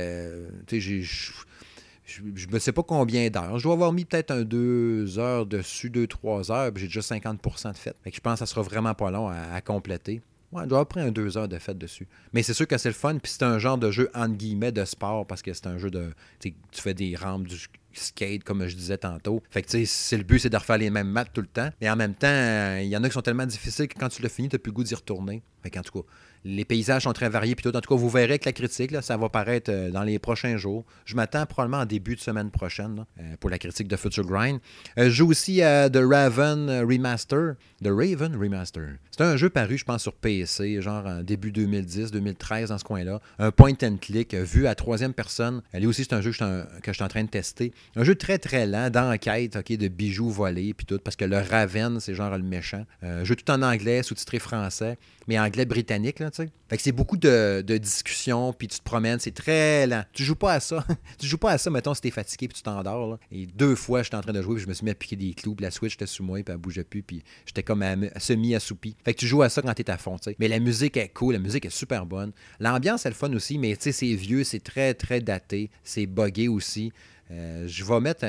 A: je ne sais pas combien d'heures. Je dois avoir mis peut-être 2 heures dessus, 2-3 heures, puis j'ai déjà 50% de fait. Fait que je pense que ça sera vraiment pas long à compléter. Ouais, je dois avoir pris 2 heures de fête dessus. Mais c'est sûr que c'est le fun, puis c'est un genre de jeu, entre guillemets, de sport, parce que c'est un jeu de... Tu fais des rampes, du skate, comme je disais tantôt. Fait que, tu sais, le but, c'est de refaire les mêmes maps tout le temps. Mais en même temps, il y en a qui sont tellement difficiles que quand tu l'as fini, tu n'as plus le goût d'y retourner. Fait qu'en tout cas, les paysages sont très variés, puis tout. En tout cas, vous verrez que la critique, là, ça va paraître dans les prochains jours. Je m'attends probablement en début de semaine prochaine là, pour la critique de Future Grind. Je joue aussi à The Raven Remaster. The Raven Remaster. C'est un jeu paru, je pense, sur PC, genre en début 2010, 2013, dans ce coin-là. Un point and click, vu à troisième personne. Lui aussi, c'est un jeu que je suis en train de tester. Un jeu très, très lent, d'enquête, OK, de bijoux volés, puis tout, parce que le Raven, c'est genre le méchant. Jeu tout en anglais, sous-titré français, mais anglais britannique, là, tu sais. Fait que c'est beaucoup de discussions, puis tu te promènes, c'est très lent. Tu joues pas à ça. Tu joues pas à ça, mettons, si t'es fatigué, puis tu t'endors, là. Et 2 fois, j'étais en train de jouer, puis je me suis mis à piquer des clous, puis la Switch était sous moi, puis elle bougeait plus, puis j'étais comme semi-assoupi. Fait que tu joues à ça quand t'es à fond, tu sais. Mais la musique est cool, la musique est super bonne. L'ambiance est le fun aussi, mais tu sais, c'est vieux, c'est très, très daté. C'est buggé aussi. Je vais mettre,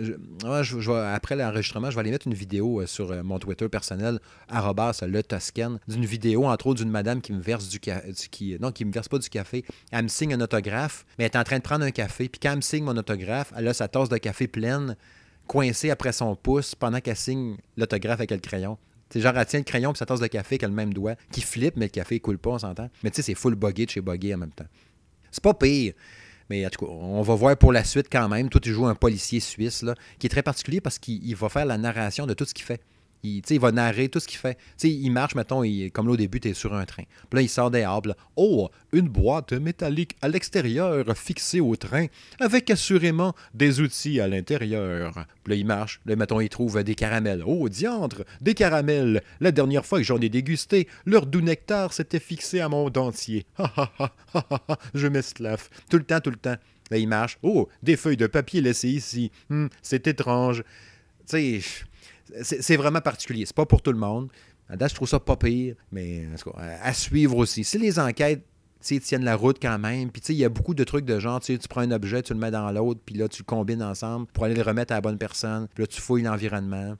A: après l'enregistrement, je vais aller mettre une vidéo sur mon Twitter personnel, @letoscan, d'une vidéo, entre autres, d'une madame qui me verse qui me verse pas du café. Elle me signe un autographe, mais elle est en train de prendre un café. Puis quand elle me signe mon autographe, elle a sa tasse de café pleine, coincée après son pouce, pendant qu'elle signe l'autographe avec le crayon. C'est genre, elle tient le crayon et sa tasse de café avec le même doigt, qui flippe, mais le café ne coule pas, on s'entend. Mais tu sais, c'est full buggé de chez buggé en même temps. C'est pas pire. Mais en tout cas, on va voir pour la suite quand même. Toi, tu joues un policier suisse, là, qui est très particulier parce qu'il va faire la narration de tout ce qu'il fait. Il va narrer tout ce qu'il fait. Il marche, mettons, comme là au début, tu es sur un train. Puis là, il sort des arbres. Oh, une boîte métallique à l'extérieur fixée au train avec assurément des outils à l'intérieur. Puis là, il marche. Là, mettons, il trouve des caramels. Oh, diantre, des caramels. La dernière fois que j'en ai dégusté, leur doux nectar s'était fixé à mon dentier. Ha ha ha ha ha ha, je m'esclaffe. Tout le temps. Là, il marche. Oh, des feuilles de papier laissées ici. C'est étrange. Tu sais... C'est vraiment particulier. C'est pas pour tout le monde. À date, je trouve ça pas pire, mais à suivre aussi. Si les enquêtes tiennent la route quand même, puis il y a beaucoup de trucs de genre, tu prends un objet, tu le mets dans l'autre, puis là, tu le combines ensemble pour aller le remettre à la bonne personne, puis là, tu fouilles l'environnement.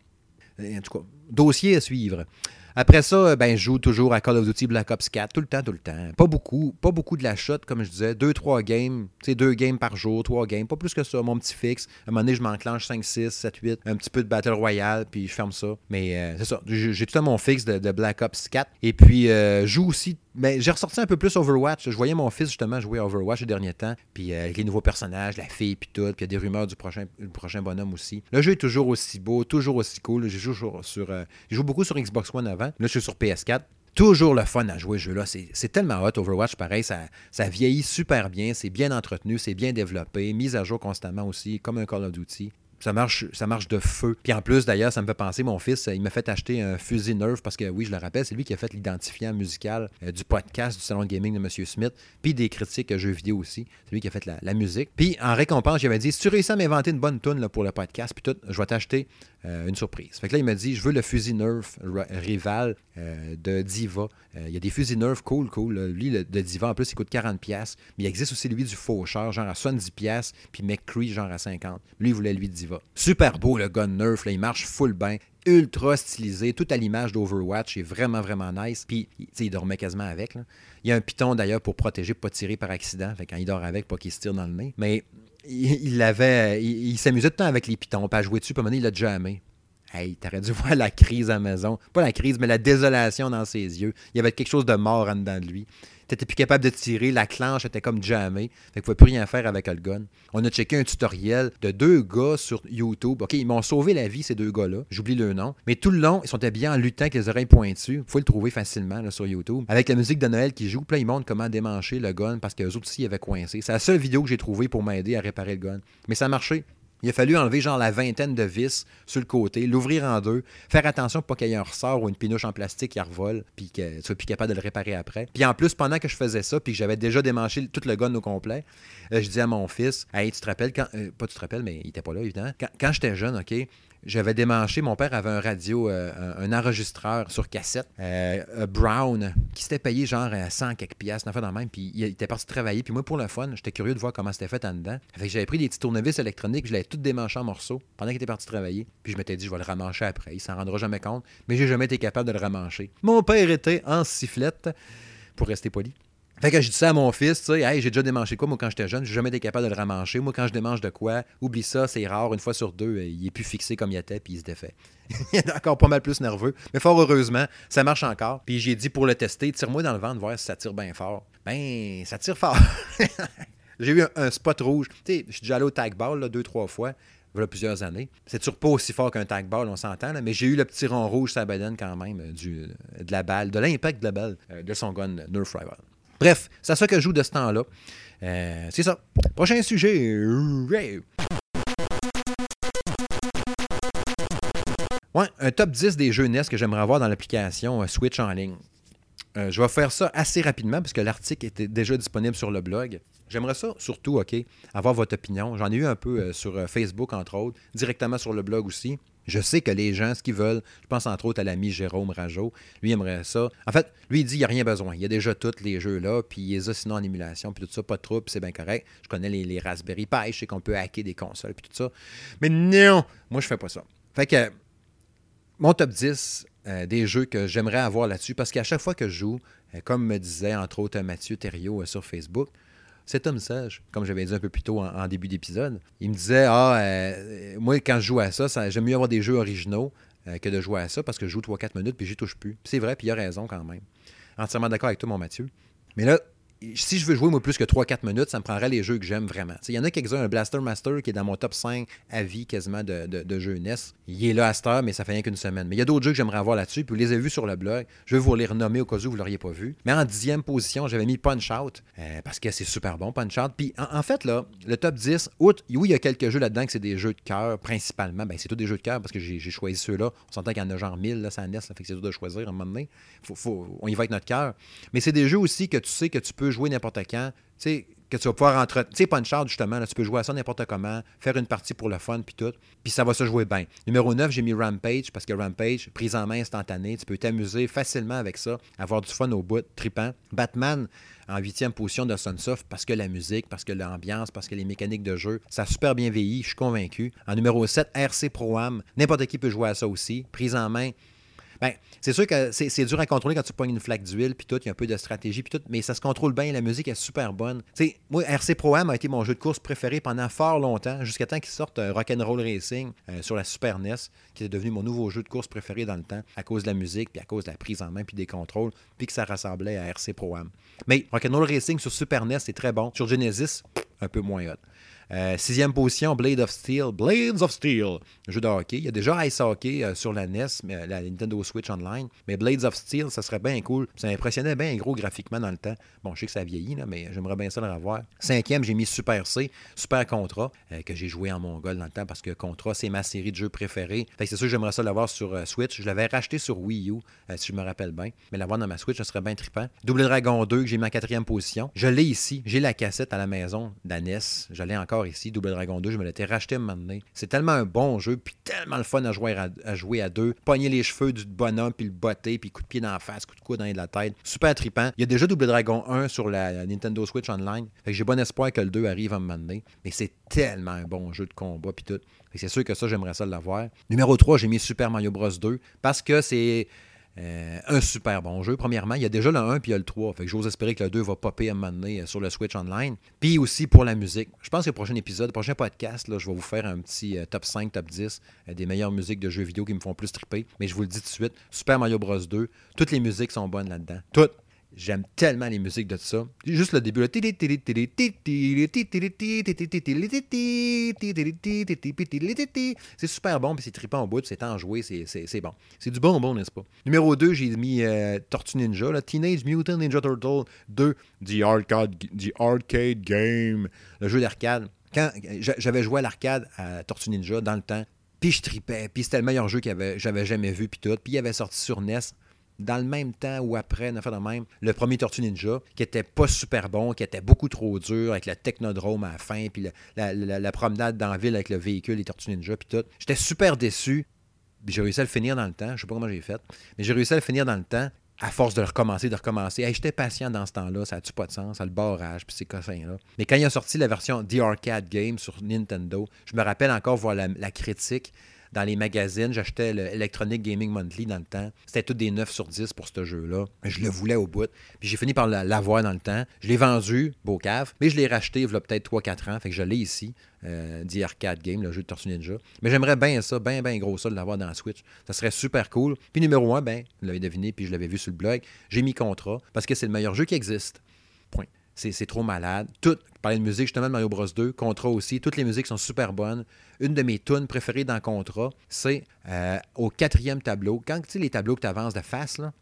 A: En tout cas, dossier à suivre. Après ça, je joue toujours à Call of Duty Black Ops 4, tout le temps. Pas beaucoup de la shot, comme je disais. 2-3 games, 2 games par jour, 3 games, pas plus que ça, mon petit fixe. À un moment donné, je m'enclenche 5, 6, 7, 8, un petit peu de Battle Royale, puis je ferme ça. Mais c'est ça, j'ai tout à mon fixe de Black Ops 4. Et puis, je joue aussi. Mais j'ai ressorti un peu plus Overwatch. Je voyais mon fils justement jouer à Overwatch les derniers temps. Puis avec les nouveaux personnages, la fille, puis tout. Puis il y a des rumeurs du prochain bonhomme aussi. Le jeu est toujours aussi beau, toujours aussi cool. Je joue beaucoup sur Xbox One avant. Là, je suis sur PS4. Toujours le fun à jouer ce jeu-là. C'est tellement hot, Overwatch, pareil. Ça vieillit super bien. C'est bien entretenu, c'est bien développé. Mise à jour constamment aussi, comme un Call of Duty. Ça marche de feu. Puis en plus, d'ailleurs, ça me fait penser, mon fils, il m'a fait acheter un fusil Nerf parce que, oui, je le rappelle, c'est lui qui a fait l'identifiant musical du podcast du Salon de Gaming de M. Smith, puis des critiques jeux vidéo aussi. C'est lui qui a fait la musique. Puis en récompense, j'avais dit, si tu réussis à m'inventer une bonne toune pour le podcast, puis tout, je vais t'acheter une surprise. Fait que là, il m'a dit, je veux le fusil Nerf rival de Diva. Il y a des fusils Nerf cool. Lui, le de Diva, en plus, il coûte 40$. Mais il existe aussi lui du Faucheur, genre à 70$, puis McCree, genre à 50$. Lui, il voulait lui de Diva. Super beau le gun Nerf, là, il marche full bien, ultra stylisé, tout à l'image d'Overwatch, c'est vraiment, vraiment nice. Puis, il dormait quasiment avec. Là. Il y a un piton d'ailleurs pour protéger, pour ne pas tirer par accident. Fait quand il dort avec, pas qu'il se tire dans le nez. Mais il s'amusait tout le temps avec les pitons, puis à jouer dessus, puis à un moment donné, il l'a jamais. Hey, t'aurais dû voir la crise à la maison. Pas la crise, mais la désolation dans ses yeux. Il y avait quelque chose de mort en dedans de lui. T'étais plus capable de tirer, la clenche était comme jammée. Fait qu'il ne pouvait plus rien faire avec le gun. On a checké un tutoriel de 2 gars sur YouTube. OK, ils m'ont sauvé la vie, ces 2 gars-là. J'oublie le nom. Mais tout le long, ils sont habillés en lutin avec les oreilles pointues. Vous pouvez le trouver facilement là, sur YouTube. Avec la musique de Noël qui joue, puis là, ils montrent comment démancher le gun parce qu'eux autres aussi, ils avaient coincé. C'est la seule vidéo que j'ai trouvée pour m'aider à réparer le gun. Mais ça a marché. Il a fallu enlever genre la vingtaine de vis sur le côté, l'ouvrir en 2, faire attention pour pas qu'il y ait un ressort ou une pinoche en plastique qui revole, puis que tu sois plus capable de le réparer après. Puis en plus, pendant que je faisais ça, puis que j'avais déjà démanché tout le gun au complet, je disais à mon fils, hey, tu te rappelles, pas tu te rappelles, mais il était pas là, évidemment. Quand j'étais jeune, OK, j'avais démanché, mon père avait un radio, un enregistreur sur cassette, Brown, qui s'était payé genre 100 quelques piastres, une affaire dans le même, puis il était parti travailler, puis moi, pour le fun, j'étais curieux de voir comment c'était fait en dedans. Fait que j'avais pris des petits tournevis électroniques, je l'avais tout démanché en morceaux pendant qu'il était parti travailler, puis je m'étais dit, je vais le ramancher après, il s'en rendra jamais compte, mais j'ai jamais été capable de le ramancher. Mon père était en sifflette, pour rester poli. Fait que je dis ça à mon fils, tu sais, hey, j'ai déjà démanché quoi, moi, quand j'étais jeune, j'ai jamais été capable de le ramancher. Moi, quand je démange de quoi, oublie ça, c'est rare, une fois sur 2, il est plus fixé comme il était, puis il se défait. Il est encore pas mal plus nerveux, mais fort heureusement, ça marche encore. Puis j'ai dit pour le tester, tire-moi dans le ventre, voir si ça tire bien fort. Ben, ça tire fort. J'ai eu un spot rouge. Tu sais, je suis déjà allé au tag ball 2-3 fois. Il y a plusieurs années. C'est toujours pas aussi fort qu'un tag ball, on s'entend, là, mais j'ai eu le petit rond rouge sur la bedaine quand même, de la balle, de l'impact de la balle, de son gun Nerf Rival. Bref, c'est ça que je joue de ce temps-là. C'est ça. Prochain sujet. Ouais, un top 10 des jeux NES que j'aimerais avoir dans l'application Switch en ligne. Je vais faire ça assez rapidement parce que l'article était déjà disponible sur le blog. J'aimerais ça surtout, OK, avoir votre opinion. J'en ai eu un peu sur Facebook, entre autres, directement sur le blog aussi. Je sais que les gens, ce qu'ils veulent, je pense entre autres à l'ami Jérôme Rajo, lui aimerait ça. En fait, lui, il dit qu'il n'y a rien besoin. Il y a déjà tous les jeux-là, puis il les a sinon en émulation, puis tout ça, pas de trouble, puis c'est bien correct. Je connais les Raspberry Pi, je sais qu'on peut hacker des consoles, puis tout ça. Mais non, moi, je fais pas ça. Fait que mon top 10 des jeux que j'aimerais avoir là-dessus, parce qu'à chaque fois que je joue, comme me disait entre autres Mathieu Thériault sur Facebook, cet homme sage, comme j'avais dit un peu plus tôt en début d'épisode, il me disait moi, quand je joue à ça, j'aime mieux avoir des jeux originaux que de jouer à ça parce que je joue 3-4 minutes puis j'y touche plus. Puis c'est vrai, puis il a raison quand même. Entièrement d'accord avec toi, mon Mathieu. Mais là, si je veux jouer, moi, plus que 3-4 minutes, ça me prendrait les jeux que j'aime vraiment. Il y en a quelques-uns, un Blaster Master qui est dans mon top 5 à vie quasiment de jeux NES. Il est là à cette heure, mais ça fait rien qu'une semaine. Mais il y a d'autres jeux que j'aimerais avoir là-dessus, puis vous les avez vus sur le blog. Je vais vous les renommer au cas où vous ne l'auriez pas vu. Mais en 10e position, j'avais mis Punch-Out, parce que c'est super bon, Punch-Out. Puis en fait, là, le top 10, oui, il y a quelques jeux là-dedans que c'est des jeux de cœur, principalement. Ben, c'est tous des jeux de cœur parce que j'ai choisi ceux-là. On s'entend qu'il y en a genre 1000, là, ça NES, ça fait que c'est dur de choisir à un moment donné. On y va avec notre cœur. Mais c'est des jeux aussi que tu sais que tu peux jouer n'importe quand. Tu sais, que tu vas pouvoir entretenir. Tu sais, Punch-Out, justement, là, tu peux jouer à ça n'importe comment, faire une partie pour le fun, puis tout, puis ça va se jouer bien. Numéro 9, j'ai mis Rampage, parce que Rampage, prise en main instantanée, tu peux t'amuser facilement avec ça, avoir du fun au bout, trippant. Batman, en 8e position de Sunsoft, parce que la musique, parce que l'ambiance, parce que les mécaniques de jeu, ça a super bien vieilli, je suis convaincu. En numéro 7, RC Pro-Am, n'importe qui peut jouer à ça aussi, prise en main. Ben, c'est sûr que c'est dur à contrôler quand tu pognes une flaque d'huile, puis tout, il y a un peu de stratégie, puis tout, mais ça se contrôle bien, la musique est super bonne. Tu sais, moi, RC Pro-Am a été mon jeu de course préféré pendant fort longtemps, jusqu'à temps qu'il sorte Rock'n'Roll Racing sur la Super NES, qui est devenu mon nouveau jeu de course préféré dans le temps, à cause de la musique, puis à cause de la prise en main, puis des contrôles, puis que ça ressemblait à RC Pro-Am. Mais Rock'n'Roll Racing sur Super NES, c'est très bon. Sur Genesis, un peu moins hot. 6e position, Blades of Steel, jeu de hockey. Il y a déjà Ice Hockey sur la NES, la Nintendo Switch Online, mais Blades of Steel, ça serait bien cool. Ça impressionnait bien gros graphiquement dans le temps. Bon, je sais que ça vieillit, là, mais j'aimerais bien ça le revoir. 5e, j'ai mis Super C, Super Contra, que j'ai joué en mongol dans le temps parce que Contra, c'est ma série de jeux préférée. Fait que c'est sûr que j'aimerais ça l'avoir sur Switch. Je l'avais racheté sur Wii U, si je me rappelle bien, mais l'avoir dans ma Switch, ça serait bien trippant. Double Dragon 2, que j'ai mis en 4e position. Je l'ai ici. J'ai la cassette à la maison de la NES. Je l'ai encore ici, Double Dragon 2, je me l'étais racheté un moment donné. C'est tellement un bon jeu, puis tellement le fun à jouer à deux. Pogner les cheveux du bonhomme, puis le botter, puis coup de pied dans la face, coup de coude dans la tête. Super trippant. Il y a déjà Double Dragon 1 sur la Nintendo Switch Online. Fait que j'ai bon espoir que le 2 arrive à un moment donné. Mais c'est tellement un bon jeu de combat, puis tout. Fait que c'est sûr que ça, j'aimerais ça l'avoir. Numéro 3, j'ai mis Super Mario Bros 2, parce que c'est un super bon jeu. Premièrement, il y a déjà le 1 puis il y a le 3. Fait que j'ose espérer que le 2 va popper à un moment donné sur le Switch Online. Puis aussi pour la musique. Je pense que le prochain épisode, le prochain podcast, là, je vais vous faire un petit top 5, top 10 des meilleures musiques de jeux vidéo qui me font plus triper. Mais je vous le dis tout de suite, Super Mario Bros 2, toutes les musiques sont bonnes là-dedans. Toutes. J'aime tellement les musiques de ça. Juste le début. C'est super bon, puis c'est trippant au bout, c'est enjoué, c'est bon. C'est du bonbon, n'est-ce pas? Numéro 2, j'ai mis Tortue Ninja, là, Teenage Mutant Ninja Turtle 2, The Arcade Game, le jeu d'arcade. Quand j'avais joué à l'arcade à Tortue Ninja dans le temps, puis je tripais, puis c'était le meilleur jeu que j'avais jamais vu, puis tout. Puis il avait sorti sur NES. Dans le même temps ou après, on a fait de même, le premier Tortue Ninja, qui était pas super bon, qui était beaucoup trop dur, avec le technodrome à la fin, puis la promenade dans la ville avec le véhicule, les Tortues Ninja, puis tout. J'étais super déçu, puis j'ai réussi à le finir dans le temps, je sais pas comment j'ai fait, mais j'ai réussi à le finir dans le temps, à force de recommencer. Hey, j'étais patient dans ce temps-là, ça n'a-tu pas de sens, ça le barrage, puis ces cossins-là. Mais quand il a sorti la version The Arcade Game sur Nintendo, je me rappelle encore voir la critique dans les magazines. J'achetais le Electronic Gaming Monthly dans le temps. C'était tout des 9 sur 10 pour ce jeu-là. Je le voulais au bout. Puis j'ai fini par l'avoir dans le temps. Je l'ai vendu, beau cave, mais je l'ai racheté il y a peut-être 3-4 ans. Fait que je l'ai ici, The Arcade Game, le jeu de Tortue Ninja. Mais j'aimerais bien ça, bien gros ça, de l'avoir dans la Switch. Ça serait super cool. Puis numéro 1, ben, vous l'avez deviné, puis je l'avais vu sur le blog, j'ai mis Contra, parce que c'est le meilleur jeu qui existe. Point. C'est trop malade. Tout, parler de musique, justement, de Mario Bros 2, Contra aussi, toutes les musiques sont super bonnes. Une de mes tunes préférées dans Contra, c'est au 4e tableau. Quand tu sais les tableaux que tu avances de face, là,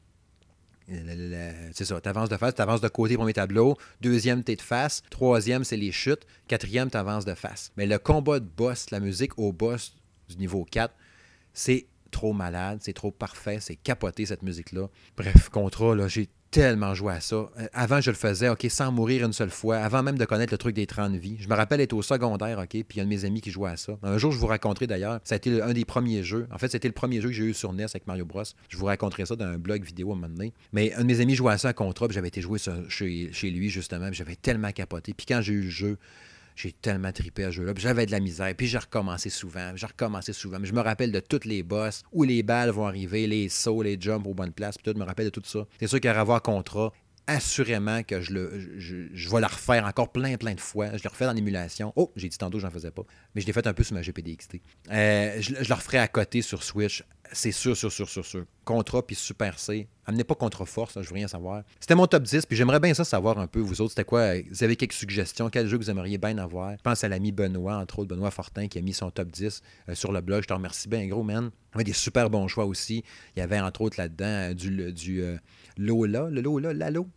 A: c'est ça, tu avances de face, tu avances de côté, premier tableau. 2e, tu es de face. 3e, c'est les chutes. 4e, tu avances de face. Mais le combat de boss, la musique au boss du niveau 4, c'est trop malade, c'est trop parfait, c'est capoté cette musique-là. Bref, Contra, là, j'ai tellement joué à ça. Avant, je le faisais, OK, sans mourir une seule fois, avant même de connaître le truc des 30 vies. Je me rappelle être au secondaire, OK, puis il y a un de mes amis qui jouait à ça. Un jour, je vous raconterai d'ailleurs, ça a été un des premiers jeux. En fait, c'était le premier jeu que j'ai eu sur NES avec Mario Bros. Je vous raconterai ça dans un blog vidéo à un moment donné. Mais un de mes amis jouait à ça à Contra, puis j'avais été jouer chez lui, justement, puis j'avais tellement capoté. Puis quand j'ai eu le jeu, j'ai tellement trippé à ce jeu-là. Puis j'avais de la misère. Puis j'ai recommencé souvent. Mais je me rappelle de toutes les boss, où les balles vont arriver, les sauts, les jumps aux bonnes places. Puis tout, je me rappelle de tout ça. C'est sûr qu'à revoir Contra, assurément que je vais le refaire encore plein de fois. Je le refais dans l'émulation. Oh, j'ai dit tantôt que j'en faisais pas. Mais je l'ai fait un peu sur ma GPDXT. Je le referai à côté sur Switch. C'est sûr. Contra puis Super C. Amenez pas Contra Force, là, je veux rien savoir. C'était mon top 10, puis j'aimerais bien ça savoir un peu, vous autres, c'était quoi? Vous avez quelques suggestions? Quel jeu que vous aimeriez bien avoir? Je pense à l'ami Benoît, entre autres, Benoît Fortin, qui a mis son top 10 sur le blog. Je te remercie bien gros, man. Il y avait des super bons choix aussi. Il y avait, entre autres, là-dedans, du Lola, Lolo,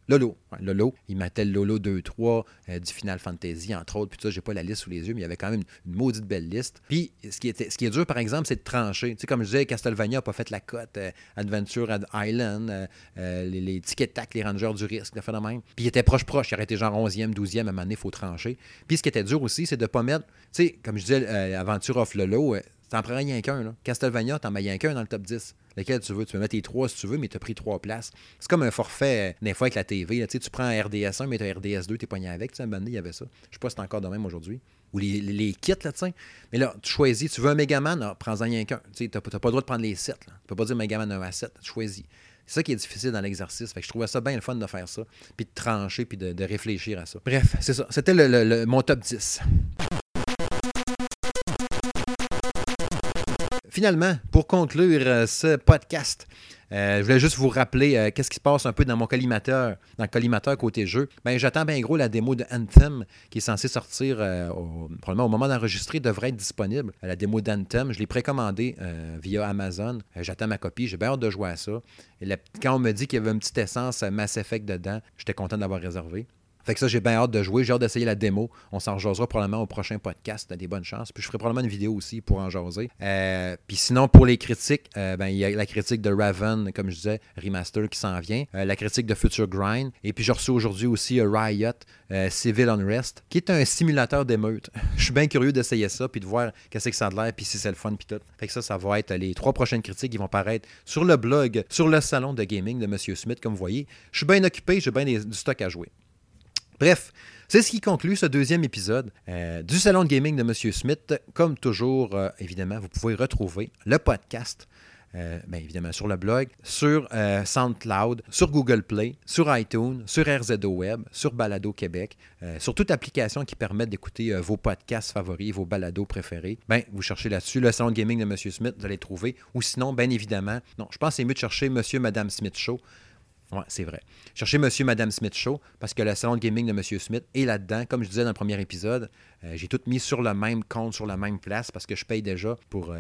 A: Lolo. Ouais, Lolo, il mettait le Lolo 2-3 du Final Fantasy, entre autres. Puis ça, j'ai pas la liste sous les yeux, mais il y avait quand même une maudite belle liste. Puis ce qui est dur, par exemple, c'est de trancher. Tu sais, comme je disais, Castlevania n'a pas fait la cote. Adventure Island, les Tic Tac, les Rangers du risque, le phénomène. Puis il était proche. Il aurait été genre 11e, 12e, à un moment donné, il faut trancher. Puis ce qui était dur aussi, c'est de pas mettre, tu sais, comme je disais, Aventure of Lolo, t'en prends rien qu'un. Là. Castlevania, t'en mets rien qu'un dans le top 10. Lequel tu veux. Tu peux mettre tes 3 si tu veux, mais tu as pris 3 places. C'est comme un forfait, des fois, avec la TV. Là, tu prends RDS 1, mais tu as RDS 2, tu es pogné avec. À un moment donné, il y avait ça. Je sais pas si c'est encore de même aujourd'hui. Ou les kits, là, tu sais. Mais là, tu choisis. Tu veux un Megaman, prends-en rien qu'un. Tu n'as pas le droit de prendre les 7. Là. Tu peux pas dire Megaman 1 à 7. Tu choisis. C'est ça qui est difficile dans l'exercice. Fait que je trouvais ça bien le fun de faire ça. Puis de trancher, puis de réfléchir à ça. Bref, c'est ça. C'était mon top 10. Finalement, pour conclure ce podcast, je voulais juste vous rappeler qu'est-ce qui se passe un peu dans mon collimateur, dans le collimateur côté jeu. Ben, j'attends bien gros la démo de Anthem qui est censée sortir probablement au moment d'enregistrer, devrait être disponible. La démo d'Anthem, je l'ai précommandée via Amazon. J'attends ma copie, j'ai bien hâte de jouer à ça. Et quand on me dit qu'il y avait une petite essence Mass Effect dedans, j'étais content d'avoir réservé. Fait que ça, j'ai bien hâte de jouer. J'ai hâte d'essayer la démo. On s'en jasera probablement au prochain podcast. Des bonnes chances. Puis je ferai probablement une vidéo aussi pour en jaser. Puis sinon, pour les critiques, il y a la critique de Raven, comme je disais, Remaster qui s'en vient. La critique de Future Grind. Et puis j'ai reçu aujourd'hui aussi Riot, Civil Unrest, qui est un simulateur d'émeute. Je suis bien curieux d'essayer ça, puis de voir qu'est-ce que ça a de l'air, puis si c'est le fun, puis tout. Fait que ça va être les 3 prochaines critiques qui vont paraître sur le blog, sur le salon de gaming de M. Smith, comme vous voyez. Je suis bien occupé, j'ai bien du stock à jouer. Bref, c'est ce qui conclut ce 2e épisode du Salon de Gaming de M. Smith. Comme toujours, évidemment, vous pouvez retrouver le podcast, bien évidemment, sur le blog, sur SoundCloud, sur Google Play, sur iTunes, sur RZO Web, sur Balado Québec, sur toute application qui permet d'écouter vos podcasts favoris, vos balados préférés. Ben, vous cherchez là-dessus le Salon de Gaming de M. Smith, vous allez le trouver. Ou sinon, bien évidemment, non, je pense que c'est mieux de chercher Monsieur Madame Smith Show. Oui, c'est vrai. Cherchez Monsieur Madame Smith Show parce que le salon de gaming de Monsieur Smith est là-dedans. Comme je disais dans le premier épisode, j'ai tout mis sur le même compte, sur la même place parce que je paye déjà pour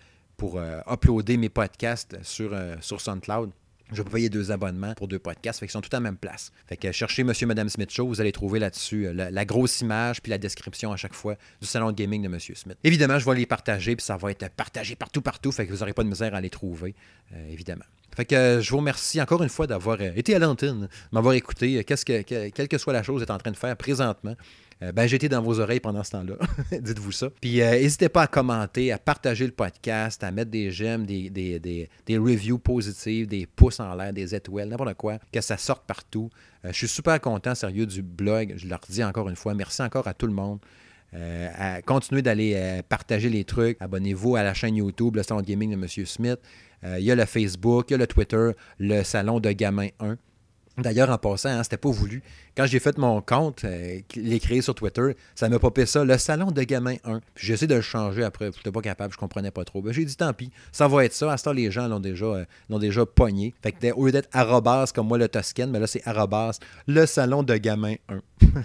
A: uploader mes podcasts sur SoundCloud. Je peux payer 2 abonnements pour 2 podcasts, fait qu'ils sont tous à la même place. Fait que cherchez Monsieur Madame Smith Show, vous allez trouver là-dessus la grosse image puis la description à chaque fois du salon de gaming de Monsieur Smith. Évidemment, je vais les partager puis ça va être partagé partout, fait que vous n'aurez pas de misère à les trouver, évidemment. Fait que je vous remercie encore une fois d'avoir été à l'antenne, m'avoir écouté. Quelle que soit la chose que vous êtes en train de faire présentement, j'ai été dans vos oreilles pendant ce temps-là. Dites-vous ça. Puis n'hésitez pas à commenter, à partager le podcast, à mettre des j'aime, des reviews positives, des pouces en l'air, des étoiles, n'importe quoi, que ça sorte partout. Je suis super content, sérieux, du blog. Je leur dis encore une fois, merci encore à tout le monde. Continuez d'aller partager les trucs. Abonnez-vous à la chaîne YouTube, le Salon de Gaming de M. Smith. Il y a le Facebook, il y a le Twitter, le Salon de Gamin 1. D'ailleurs, en passant, c'était pas voulu. Quand j'ai fait mon compte, les créer sur Twitter, ça m'a popé ça, le Salon de Gamin 1. Puis j'ai essayé de le changer après, je n'étais pas capable, je comprenais pas trop. J'ai dit tant pis, ça va être ça. À ce temps, les gens l'ont déjà pogné. Fait que au lieu d'être arrobas comme moi le Toscan, mais là c'est arrobas, le Salon de Gamin 1.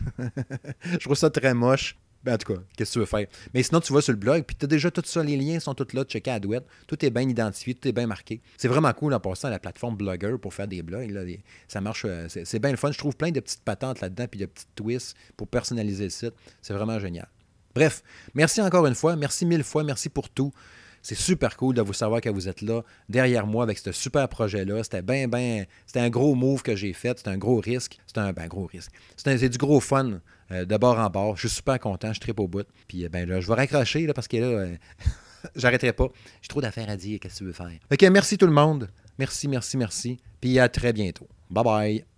A: Je trouve ça très moche. Ben, en tout cas, qu'est-ce que tu veux faire? Mais sinon, tu vas sur le blog, puis tu as déjà tout ça, les liens sont tous là, checker à Douette. Tout est bien identifié, tout est bien marqué. C'est vraiment cool en passant à la plateforme Blogger pour faire des blogs. Là, ça marche, c'est bien le fun. Je trouve plein de petites patentes là-dedans, puis de petites twists pour personnaliser le site. C'est vraiment génial. Bref, merci encore une fois, merci 1000 fois, merci pour tout. C'est super cool de vous savoir que vous êtes là, derrière moi, avec ce super projet-là. C'était un gros move que j'ai fait. C'était un gros risque. Gros risque. C'est du gros fun de bord en bord. Je suis super content. Je tripe au bout. Puis, là, je vais raccrocher là, parce que là, j'arrêterai pas. J'ai trop d'affaires à dire. Qu'est-ce que tu veux faire? OK, merci tout le monde. Merci. Puis à très bientôt. Bye bye.